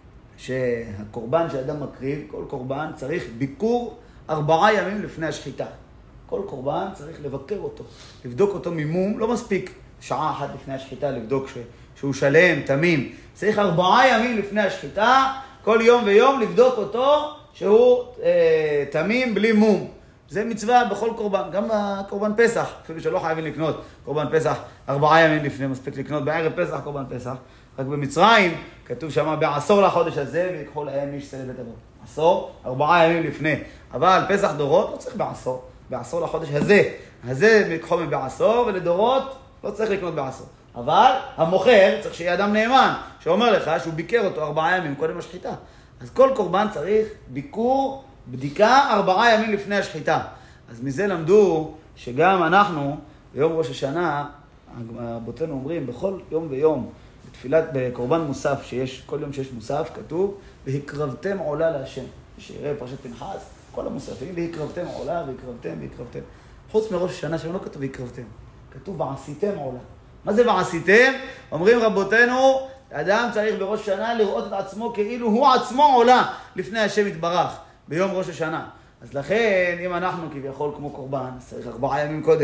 שהקורבן שאדם מקריב, כל קורבן צריך ביקור ארבעה ימים לפני השחיטה. כל קורבן צריך לבקר אותו, לבדוק אותו ממום, לא מספיק שעה אחת לפני השחיטה לבדוק ש... שהוא שלם, תמים. צריך ארבעה ימים לפני השחיטה, כל יום ויום לבדוק אותו שהוא אה, תמים בלי מום. זה מצווה בכל קורבן, גם בקורבן פסח, אפילו שלא חייבים לקנות קורבן פסח ארבעה ימים לפני, מספיק לקנות בערב פסח קורבן פסח. רק במצרים כתוב שם בעשור לחודש הזה ויקחו להם איש סלד בית אבות. עשור, ארבעה ימים לפני. אבל פסח דורות לא צריך בעשור, בעשור לחודש הזה. הזה יקחו מבעשור ולדורות לא צריך לקנות בעשור. אבל המוכר צריך שיהיה אדם נאמן, שאומר לך שהוא ביקר אותו ארבעה ימים קודם השחיטה. אז כל קורבן צריך ביקור, בדיקה ארבעה ימים לפני השחיטה. אז מזה למדו שגם אנחנו, ביום ראש השנה, רבותינו אומרים, בכל יום ויום, בתפילת, בקורבן מוסף, שיש, כל יום שיש מוסף, כתוב, והקרבתם עולה להשם. שיראה פרשת פנחס, כל המוספים, והקרבתם עולה, והקרבתם, והקרבתם. חוץ מראש השנה, שם לא כתוב והקרבתם, כתוב ועשיתם עולה. מה זה ועשיתם? אומרים רבותינו, אדם צריך בראש השנה לראות את עצמו כאילו הוא עצמו עולה לפני השם יתברך ביום ראש השנה. אז לכן, אם אנחנו כביכול כמו קורבן, צריך ארבעה ימים קודם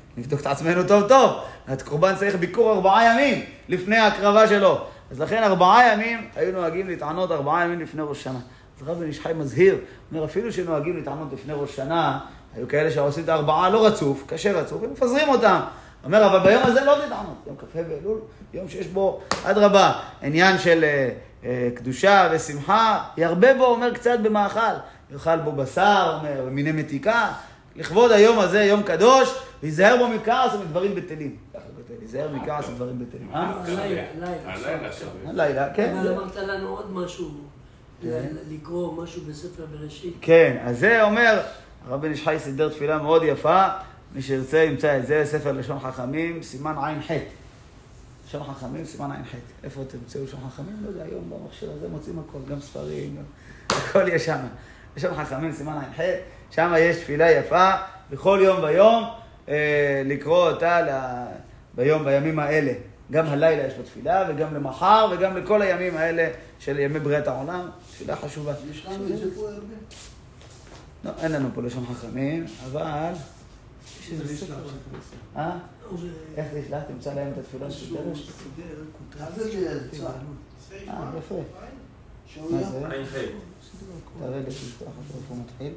נבדוק את עצמנו טוב טוב. הקורבן צריך ביקור ארבעה ימים לפני ההקרבה שלו. אז לכן ארבעה ימים היו נוהגים להתענות ארבעה ימים לפני ראש שנה. אז רב בן איש חי מזהיר, אומר אפילו שנוהגים להתענות לפני ראש שנה, היו כאלה שעושים את הארבעה לא רצוף, קשה רצוף, הם מפזרים אותם. אומר, אבל ביום הזה לא תתענות, יום כ"ה באלול, יום שיש בו אדרבה, עניין של אה, אה, קדושה ושמחה, ירבה בו, אומר קצת במאכל, יאכל בו בשר, אומר, ומיני מתיקה, לכבוד היום הזה, יום קדוש, ויזהר בו מכעס ומדברים בטלים. יזהר מכעס ומדברים בטלים. הלילה, הלילה, כן. אבל אמרת לנו עוד משהו, לקרוא משהו בספר בראשית. כן, אז זה אומר, הרב בן איש חי סידר תפילה מאוד יפה, מי שירצה ימצא את זה, ספר לשון חכמים, סימן עין ח'. לשון חכמים, סימן עין ח'. איפה תמצאו לשון חכמים? לא יודע, היום במכשיר הזה מוצאים הכל, גם ספרים, הכל יש שם. לשון חכמים, סימן עין ח', שם יש תפילה יפה, בכל יום ויום, אה, לקרוא אותה ל... ביום, בימים האלה. גם הלילה יש לו תפילה, וגם למחר, וגם לכל הימים האלה של ימי בריאת העולם. תפילה חשובה. יש לנו את זה פה הרבה? לא, אין לנו פה לשון חכמים, אבל... אה? איך זה ישלח? תמצא להם את התפילה של דרש? תעביר לי את זה. אה, יפה. מה זה? תראה לי שתפתח אותו, איפה הוא מתחיל?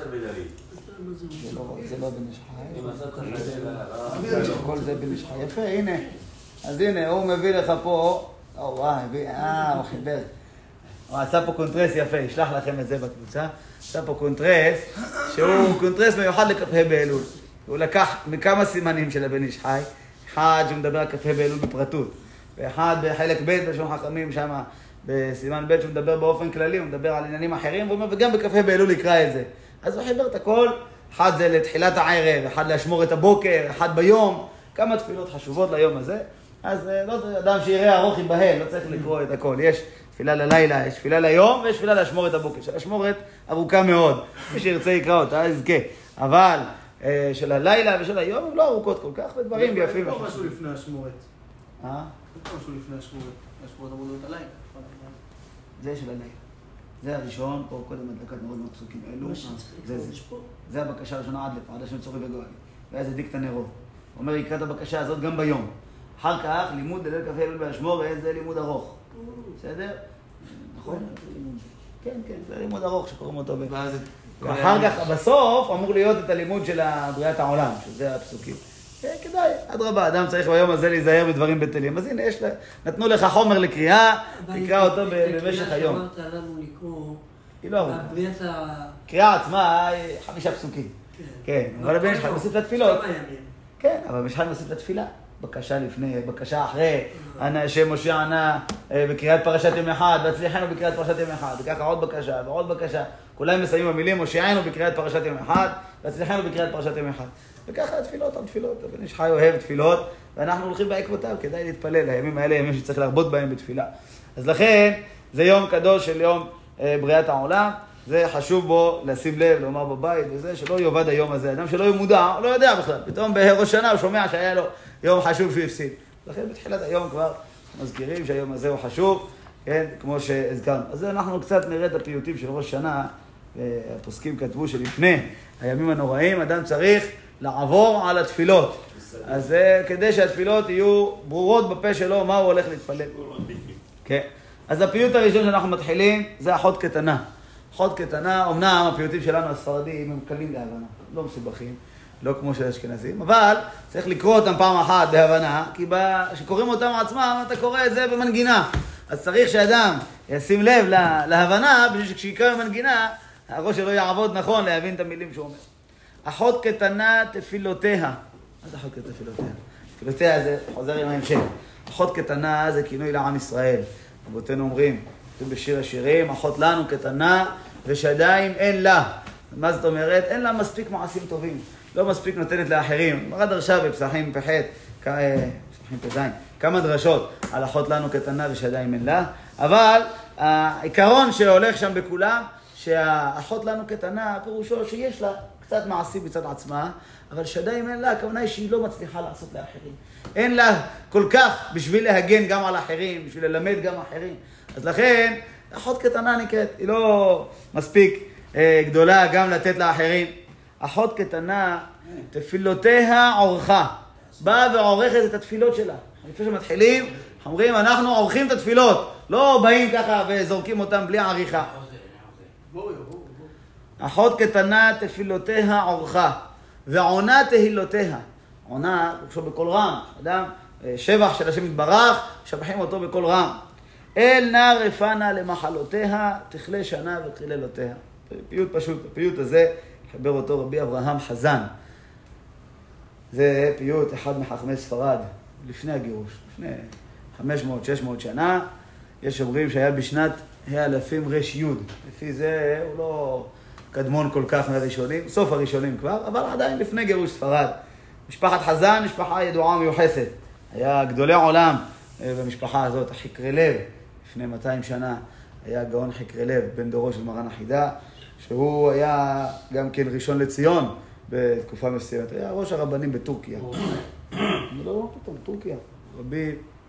זה לא בן איש חי. כל זה בן איש חי. יפה, הנה. אז הנה, הוא מביא לך פה... או, וואי, אה, הוא חיבר. הוא עשה פה קונטרס יפה, ישלח לכם את זה בקבוצה. עשה פה קונטרס, שהוא קונטרס מיוחד לכ"ה באלול. הוא לקח מכמה סימנים של הבן איש חי, אחד שמדבר על כ"ה באלול בפרטות, ואחד בחלק ב' בלשון חכמים שם, בסימן ב' שהוא מדבר באופן כללי, הוא מדבר על עניינים אחרים, והוא אומר, וגם בכ"ה באלול יקרא את זה. אז הוא חיבר את הכל, אחד זה לתחילת הערב, אחד להשמור את הבוקר, אחד ביום, כמה תפילות חשובות ליום הזה. אז לא אדם שיראה ארוך ייבהל, לא צריך לקרוא את הכל. יש תפילה ללילה, יש תפילה ליום, ויש תפילה להשמור את הבוקר. של השמורת ארוכה מאוד, מי שירצה יקרא אותה, יזכה. אבל של הלילה ושל היום הם לא ארוכות כל כך, ודברים יפים. לא משהו לפני השמורת. אה? לא משהו לפני השמורת. השמורת אמרו את הלילה. זה של הלילה. זה הראשון, פה קודם הדלקת מאוד מאוד פסוקים אלו. זה זה. זה הבקשה הראשונה עד לפעד, השם צורי וגואל. ואז הדליק את הנרות. הוא אומר, יקרא את הבקשה הזאת גם ביום. אחר כך, לימוד לליל כ"ה אלול והשמורת, זה לימוד ארוך. בסדר? נכון? כן, כן, זה לימוד ארוך שקוראים אותו. ואחר כך, בסוף, אמור להיות את הלימוד של בריאת העולם, שזה הפסוקים. כן, כדאי, אדרבה, אדם צריך ביום הזה להיזהר בדברים בטלים. אז הנה, יש, נתנו לך חומר לקריאה, תקרא אותו במשך היום. אמרת לנו לקרוא, היא לא ארוכה. בריאת ה... קריאה עצמה היא חמישה פסוקים. כן, אבל הבן שלך מוסיף לתפילות. כן, אבל הבן שלך מוסיף לתפילה. בקשה לפני, בקשה אחרי, השם משה ענה בקריאת פרשת יום אחד, והצליחנו בקריאת פרשת יום אחד, וככה עוד בקשה ועוד בקשה. כולם מסיימים במילים, מושיענו בקריאת פרשת יום אחד, והצליחנו בקריאת פרשת יום אחד. וככה התפילות, התפילות, הבן איש חי אוהב תפילות, ואנחנו הולכים בעקבותיו, כדאי להתפלל, הימים האלה ימים שצריך להרבות בהם בתפילה. אז לכן, זה יום קדוש של יום אה, בריאת העולם, זה חשוב בו לשים לב, לומר בבית, וזה שלא יובד היום הזה, אדם שלא ימודע, לא יודע בכלל, פתאום בראש שנה הוא שומע שהיה לו יום חשוב שהוא הפסיד. לכן בתחילת היום כבר מזכירים שהיום הזה הוא חשוב, כן, כמו שהזכרנו. אז אנחנו קצת נראה את הפיוטים של ראש שנה, הפוסקים כתבו שלפני הימים הנוראים, אדם צריך לעבור על התפילות. אז כדי שהתפילות יהיו ברורות בפה שלו, מה הוא הולך להתפלל. כן. אז הפיוט הראשון שאנחנו מתחילים, זה אחות קטנה. אחות קטנה, אמנם הפיוטים שלנו הספרדים הם קלים להבנה, לא מסובכים, לא כמו של אשכנזים, אבל צריך לקרוא אותם פעם אחת בהבנה, כי כשקוראים אותם עצמם, אתה קורא את זה במנגינה. אז צריך שאדם ישים לב להבנה, בשביל שכשיקרא במנגינה, הראש שלו יעבוד נכון להבין את המילים שהוא אומר. אחות קטנה תפילותיה. מה זה אחות קטנה תפילותיה? תפילותיה זה חוזר עם ההמשך. אחות קטנה זה כינוי לעם ישראל. רבותינו אומרים, כתוב בשיר השירים, אחות לנו קטנה ושדיים אין לה. מה זאת אומרת? אין לה מספיק מעשים טובים. לא מספיק נותנת לאחרים. מראה דרשה בפסחים פחת, פסחים פזיים, כמה דרשות על אחות לנו קטנה ושדיים אין לה. אבל העיקרון שהולך שם בכולם, שהאחות לנו קטנה, פירושו שיש לה קצת מעשי בצד עצמה, אבל שדיים אין לה, הכוונה היא שהיא לא מצליחה לעשות לאחרים. אין לה כל כך בשביל להגן גם על אחרים, בשביל ללמד גם אחרים. אז לכן, אחות קטנה נקראת, היא לא מספיק אה, גדולה גם לתת לאחרים. אחות קטנה תפילותיה עורכה. באה ועורכת את התפילות שלה. לפני שמתחילים, אומרים, אנחנו עורכים את התפילות. לא באים ככה וזורקים אותם בלי עריכה. אחות קטנה תפילותיה עורכה, ועונה תהילותיה. עונה, הוא חושב בכל רם. אדם, שבח של השם יתברך, שבחים אותו בכל רם. אל נא רפנה למחלותיה, תכלה שנה ותחיללותיה. פיוט פשוט, הפיוט הזה, חבר אותו רבי אברהם חזן. זה פיוט אחד מחכמי ספרד, לפני הגירוש, לפני חמש מאות שש מאות שנה. יש אומרים שהיה בשנת האלפים רש יוד. לפי זה הוא לא קדמון כל כך מהראשונים, סוף הראשונים כבר, אבל עדיין לפני גירוש ספרד. משפחת חזן, משפחה ידועה מיוחסת. היה גדולי עולם במשפחה הזאת, החקרי לב, לפני מאתיים שנה, היה גאון חקרי לב, בן דורו של מרן החידה, שהוא היה גם כן ראשון לציון בתקופה מסוימת. היה ראש הרבנים בטורקיה. לא, פתאום, טורקיה. רבי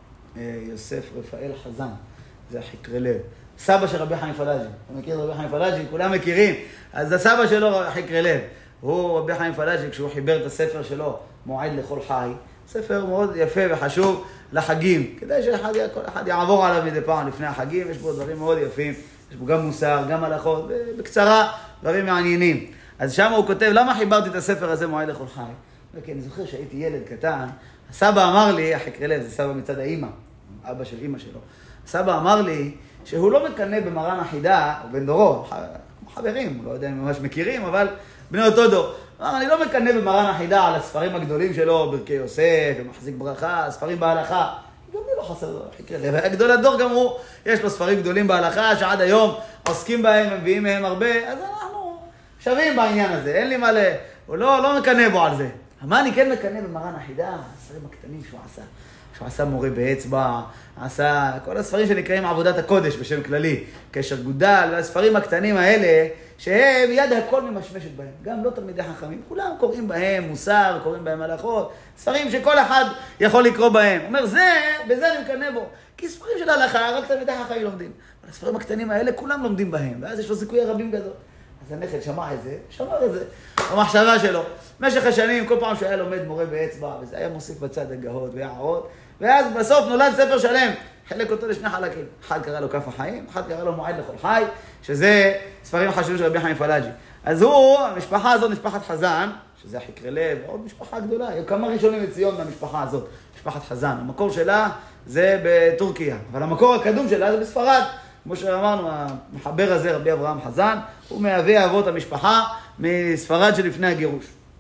יוסף רפאל חזן, זה החקרי לב. סבא של רבי חיים פלאג'י. אתה מכיר רבי חיים פלאג'י? כולם מכירים. אז הסבא שלו חקרי לב. הוא, רבי חיים פלאג'י, כשהוא חיבר את הספר שלו, מועד לכל חי, ספר מאוד יפה וחשוב לחגים, כדי שאחד כל אחד יעבור עליו מדי פעם לפני החגים. יש בו דברים מאוד יפים, יש בו גם מוסר, גם הלכות, בקצרה, דברים מעניינים. אז שם הוא כותב, למה חיברתי את הספר הזה מועד לכל חי? כי אני זוכר שהייתי ילד קטן, הסבא אמר לי, החקרי לב, זה סבא מצד האמא, אבא של אמא שלו, הסבא אמר לי שהוא לא מקנא במרן החידה, או בן דורו, חברים, לא יודע אם ממש מכירים, אבל בני אותו דור. אמר, אני לא מקנא במרן החידה על הספרים הגדולים שלו, ברכי יוסף, ומחזיק ברכה, ספרים בהלכה. גם לי לא חסר לו, חקרי לב. גדול הדור גם הוא, יש לו ספרים גדולים בהלכה, שעד היום עוסקים בהם, מביאים מהם הרבה, אז אנחנו שווים בעניין הזה, אין לי מה ל... הוא לא, לא מקנא בו על זה. מה אני כן מקנא במרן החידה? הספרים הקטנים שהוא עשה. שהוא עשה מורה באצבע, עשה כל הספרים שנקראים עבודת הקודש בשם כללי, קשר גודל, והספרים הקטנים האלה, שהם יד הכל ממשמשת בהם. גם לא תלמידי חכמים, כולם קוראים בהם מוסר, קוראים בהם הלכות, ספרים שכל אחד יכול לקרוא בהם. הוא אומר, זה, בזה אני מקנא בו. כי ספרים של הלכה, רק תלמידי חכמים לומדים. אבל הספרים הקטנים האלה, כולם לומדים בהם, ואז יש לו סיכוי רבים גדול. אז הנכד שמע את זה, שמע את זה, במחשבה שלו. במשך השנים, כל פעם שהיה לומד מורה באצבע, וזה היה מוסיף בצד הגהות והערות, ואז בסוף נולד ספר שלם, חלק אותו לשני חלקים. אחד קרא לו כף החיים, אחד קרא לו מועד לכל חי, שזה ספרים חשובים של רבי חיים פלאג'י. אז הוא, המשפחה הזאת, משפחת חזן, שזה החקרי לב, עוד משפחה גדולה, היו כמה ראשונים לציון מהמשפחה הזאת, משפחת חזן. המקור שלה זה בטורקיה, אבל המקור הקדום שלה זה בספרד. כמו שאמרנו, המחבר הזה, רבי אברהם חזן, הוא מהווה אבות המשפחה מספרד שלפני הגירוש.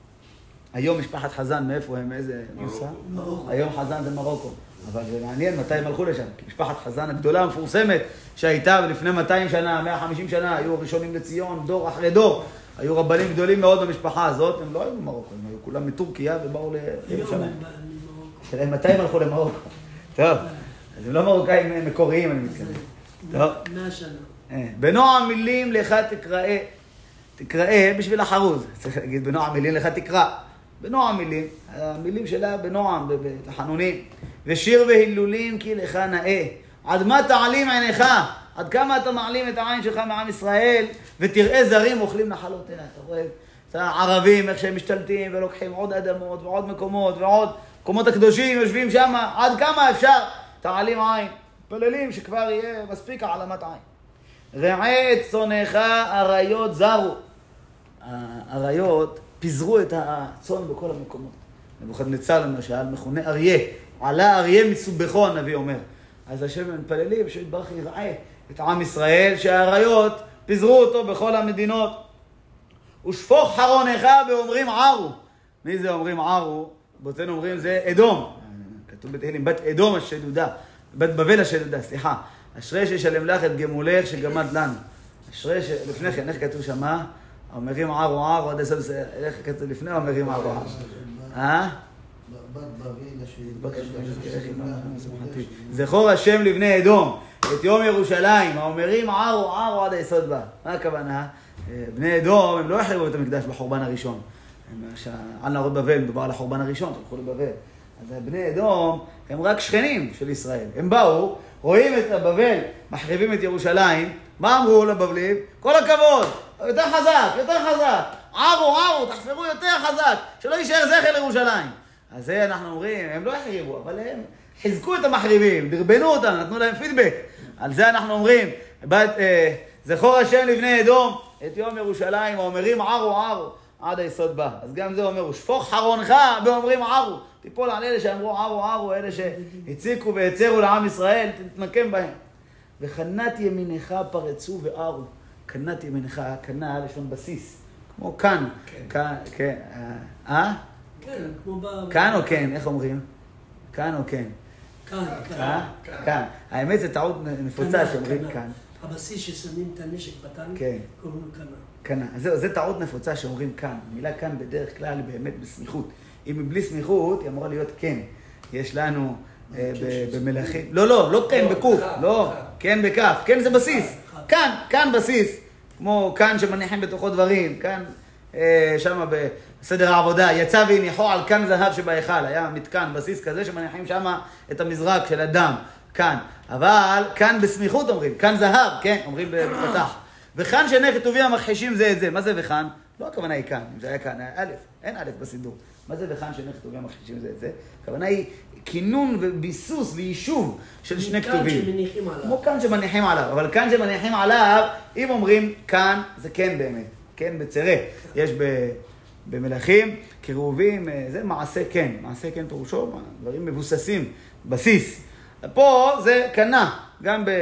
היום משפחת חזן, מאיפה הם? איזה מוסה? היום חזן זה מרוקו. אבל זה מעניין מתי הם הלכו לשם. כי משפחת חזן הגדולה המפורסמת שהייתה לפני מאתיים שנה, מאה וחמישים שנה, היו ראשונים לציון, דור אחרי דור. היו רבנים גדולים מאוד במשפחה הזאת, הם לא היו במרוקו, הם היו כולם מטורקיה ובאו לירושלים. מתי הם הלכו למרוקו? טוב, אז הם לא מרוקאים מקוריים, אני מתכוון. טוב. מאה שנה. בנועם מילים לך תקרא, תקרא בשביל החרוז. צריך להגיד, בנועם מילים לך תקרא. בנועם מילים, המילים שלה בנועם, בתחנונים. ושיר והילולים כי לך נאה. עד מה תעלים עיניך? עד כמה אתה מעלים את העין שלך מעם ישראל, ותראה זרים אוכלים נחלותיה. אתה רואה את הערבים, איך שהם משתלטים ולוקחים עוד אדמות ועוד מקומות ועוד מקומות הקדושים יושבים שם. עד כמה אפשר? תעלים עין. פללים שכבר יהיה מספיק העלמת עין. רעה את צונך אריות זרו. האריות פיזרו את הצון בכל המקומות. נבוכדנצר למשל, מכונה אריה. עלה אריה מסובכו, הנביא אומר. אז השם מתפללים שיתברך יראה את עם ישראל, שהאריות פיזרו אותו בכל המדינות. ושפוך חרונך ואומרים ערו. מי זה אומרים ערו? בותינו אומרים זה אדום. כתוב בתהילים, בת אדום השדודה. בת בבל השדודה, סליחה. אשרי שישלם לך את גמולך שגמד לנו. אשרי ש... לפני כן, איך כתוב שמה? אומרים ערו ערו, עד הסוף, איך כתוב לפני אומרים ערו ערו. אה? בת בבל השדודה. זכור השם לבני אדום, את יום ירושלים, האומרים ערו ערו עד היסוד בה. מה הכוונה? בני אדום, הם לא החריבו את המקדש בחורבן הראשון. על נהרות בבל, מדובר על החורבן הראשון, תלכו לבבל. אז בני אדום הם רק שכנים של ישראל. הם באו, רואים את הבבל, מחריבים את ירושלים. מה אמרו לבבלים? כל הכבוד, יותר חזק, יותר חזק. ערו, ערו, תחפרו יותר חזק, שלא יישאר זכר לירושלים. אז זה אנחנו אומרים, הם לא החריבו, אבל הם חיזקו את המחריבים, דרבנו אותם, נתנו להם פידבק. על זה אנחנו אומרים, בת, אה, זכור השם לבני אדום, את יום ירושלים, אומרים ערו, ערו, עד היסוד בא. אז גם זה אומר, שפוך חרונך, ואומרים ערו. תיפול על אלה שאמרו ערו, ערו, אלה שהציקו והצרו לעם ישראל, תתנקם בהם. וחנת ימינך פרצו וערו. קנת ימינך, קנה לשון בסיס. כמו כאן. כאן, כן. אה? כן, כמו ב... כאן או כן? איך אומרים? כאן או כן? כאן, כאן. כאן. האמת זה טעות נפוצה שאומרים כאן. הבסיס ששמים את הנשק בטנק, כן. קוראים לו קנה. קנה. אז זהו, זה טעות נפוצה שאומרים כאן. המילה כאן בדרך כלל היא באמת בסמיכות. אם היא בלי סמיכות, היא אמורה להיות כן. יש לנו במלאכים... לא, לא, לא כן בקוף. לא, כן בכף. כן זה בסיס. כאן, כאן בסיס. כמו כאן שמניחים בתוכו דברים. כאן, שם בסדר העבודה. יצא והניחו על כאן זהב שבהיכל. היה מתקן, בסיס כזה שמניחים שם את המזרק של הדם. כאן. אבל כאן בסמיכות אומרים. כאן זהב, כן, אומרים בפתח. וכאן שני כתובים המכחישים זה את זה. מה זה וכאן? לא הכוונה היא כאן. אם זה היה כאן, היה א', אין א' בסידור. מה זה וכאן שני כתובים המכחישים זה את זה? הכוונה היא כינון וביסוס ויישוב של שני כתובים. כאן שמניחים עליו. כמו כאן שמניחים עליו. אבל כאן שמניחים עליו, אם אומרים כאן, זה כן באמת. כן בצרה. יש במלאכים, קירובים, זה מעשה כן. מעשה כן פירושו, דברים מבוססים, בסיס. פה זה קנה. גם ב...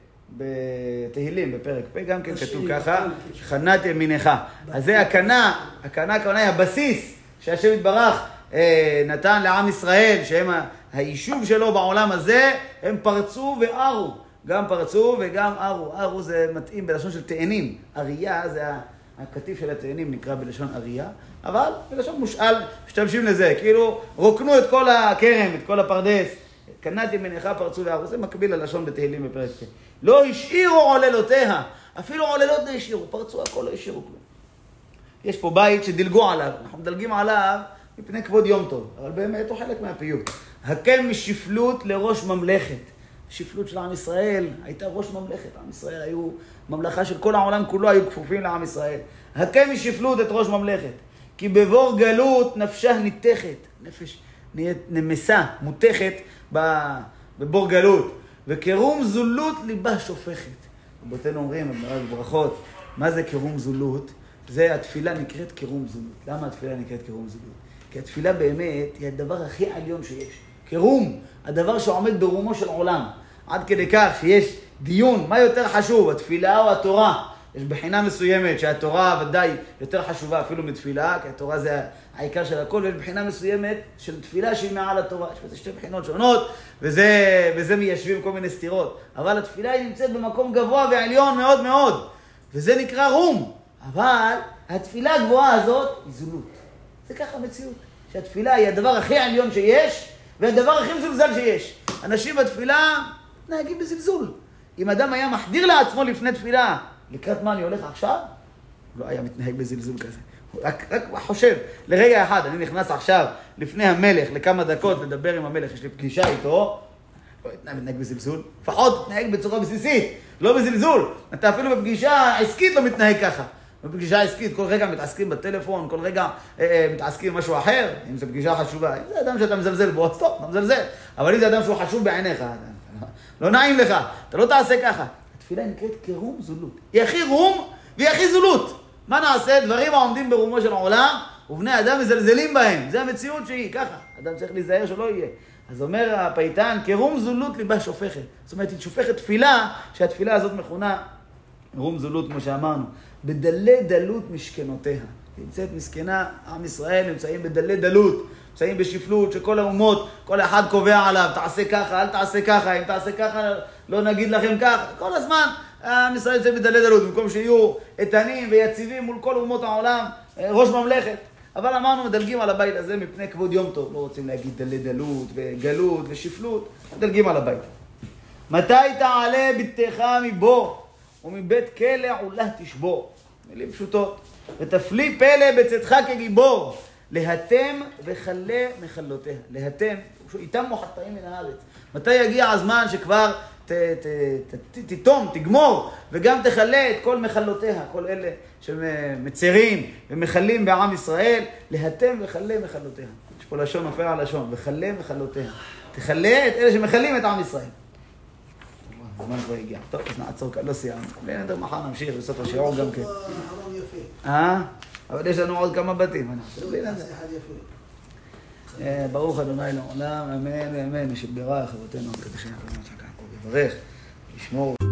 בתהילים, בפרק פ' גם כן כתוב ככה, חנת ימינך. אז זה הקנה, הקנה הכוונה היא הבסיס שהשם יתברך נתן לעם ישראל, שהם היישוב שלו בעולם הזה, הם פרצו וערו. גם פרצו וגם ערו. ערו זה מתאים בלשון של תאנים. אריה זה הכתיב של התאנים, נקרא בלשון אריה, אבל בלשון מושאל משתמשים לזה, כאילו רוקנו את כל הכרם, את כל הפרדס. קנת ימינך פרצו וערו, זה מקביל ללשון בתהילים בפרק פ'. לא השאירו עוללותיה, אפילו עוללות לא השאירו, פרצו הכל, לא השאירו כלום. יש פה בית שדלגו עליו, אנחנו מדלגים עליו מפני כבוד יום טוב, אבל באמת הוא חלק מהפיוט. הקל משפלות לראש ממלכת. השפלות של עם ישראל הייתה ראש ממלכת, עם ישראל היו ממלכה של כל העולם כולו, היו כפופים לעם ישראל. הקל משפלות את ראש ממלכת, כי בבור גלות נפשה ניתכת, נפש נהיית נמסה, מותכת בבור גלות. וקרום זולות ליבה שופכת. רבותינו אומרים, בברכות, מה זה קרום זולות? זה התפילה נקראת קרום זולות. למה התפילה נקראת קרום זולות? כי התפילה באמת היא הדבר הכי עליון שיש. קרום, הדבר שעומד ברומו של עולם. עד כדי כך שיש דיון, מה יותר חשוב, התפילה או התורה? יש בחינה מסוימת שהתורה ודאי יותר חשובה אפילו מתפילה, כי התורה זה העיקר של הכל, ויש בחינה מסוימת של תפילה שהיא מעל התורה. יש בזה שתי בחינות שונות, וזה, וזה מיישבים כל מיני סתירות. אבל התפילה היא נמצאת במקום גבוה ועליון מאוד מאוד, וזה נקרא רום. אבל התפילה הגבוהה הזאת היא זולות. זה ככה המציאות, שהתפילה היא הדבר הכי עליון שיש, והדבר הכי מזולזל שיש. אנשים בתפילה נהגים בזלזול. אם אדם היה מחדיר לעצמו לפני תפילה, לקראת מה אני הולך עכשיו? לא היה מתנהג בזלזול כזה. הוא רק, רק חושב, לרגע אחד, אני נכנס עכשיו לפני המלך לכמה דקות לדבר עם המלך, יש לי פגישה איתו, לא מתנהג בזלזול, לפחות מתנהג בצורה בסיסית, לא בזלזול. אתה אפילו בפגישה עסקית לא מתנהג ככה. בפגישה עסקית כל רגע מתעסקים בטלפון, כל רגע אה, אה, מתעסקים במשהו אחר, אם זו פגישה חשובה, אם זה אדם שאתה מזלזל בו, אז טוב, אתה מזלזל. אבל אם זה אדם שהוא חשוב בעיניך, לא נעים לך, אתה לא תעשה ככה. התפילה נקראת כרום זולות. היא הכי רום והיא הכי זולות. מה נעשה? דברים העומדים ברומו של העולם, ובני אדם מזלזלים בהם. זה המציאות שהיא, ככה. אדם צריך להיזהר שלא יהיה. אז אומר הפייטן, כרום זולות ליבה שופכת. זאת אומרת, היא שופכת תפילה, שהתפילה הזאת מכונה רום זולות, כמו שאמרנו. בדלי דלות משכנותיה. נמצאת מסכנה, עם ישראל נמצאים בדלי דלות. נמצאים בשפלות שכל האומות, כל אחד קובע עליו, תעשה ככה, אל תעשה ככה, אם תעשה ככה, לא נגיד לכם ככה. כל הזמן, עם ישראל נמצאים בדלי דלות, במקום שיהיו איתנים ויציבים מול כל אומות העולם, ראש ממלכת. אבל אמרנו, מדלגים על הבית הזה מפני כבוד יום טוב. לא רוצים להגיד דלי דלות וגלות ושפלות, מדלגים על הבית. מתי תעלה ביתך מבור, ומבית כלא עולה תשבור. מילים פשוטות. ותפליא פלא בצאתך כגיבור. להתם וחלה מחלותיה. להתם, איתם מוחטאים מן הארץ. מתי יגיע הזמן שכבר ת, ת, ת, ת, תתום, תגמור, וגם תכלה את כל מחלותיה, כל אלה שמצרים ומחלים בעם ישראל, להתם וכלה מחלותיה. יש פה לשון, נופל על לשון, וכלה מחלותיה. תכלה את אלה שמחלים את עם ישראל. הזמן כבר הגיע. טוב, אז נעצור כאן, לא סיימנו. נדבר מחר נמשיך בסוף השיעור גם כן. אה? אבל יש לנו עוד כמה בתים. ברוך אדוני לעולם, אמן ואמן, שבירך אבותינו הקדושים, יברך, ישמור.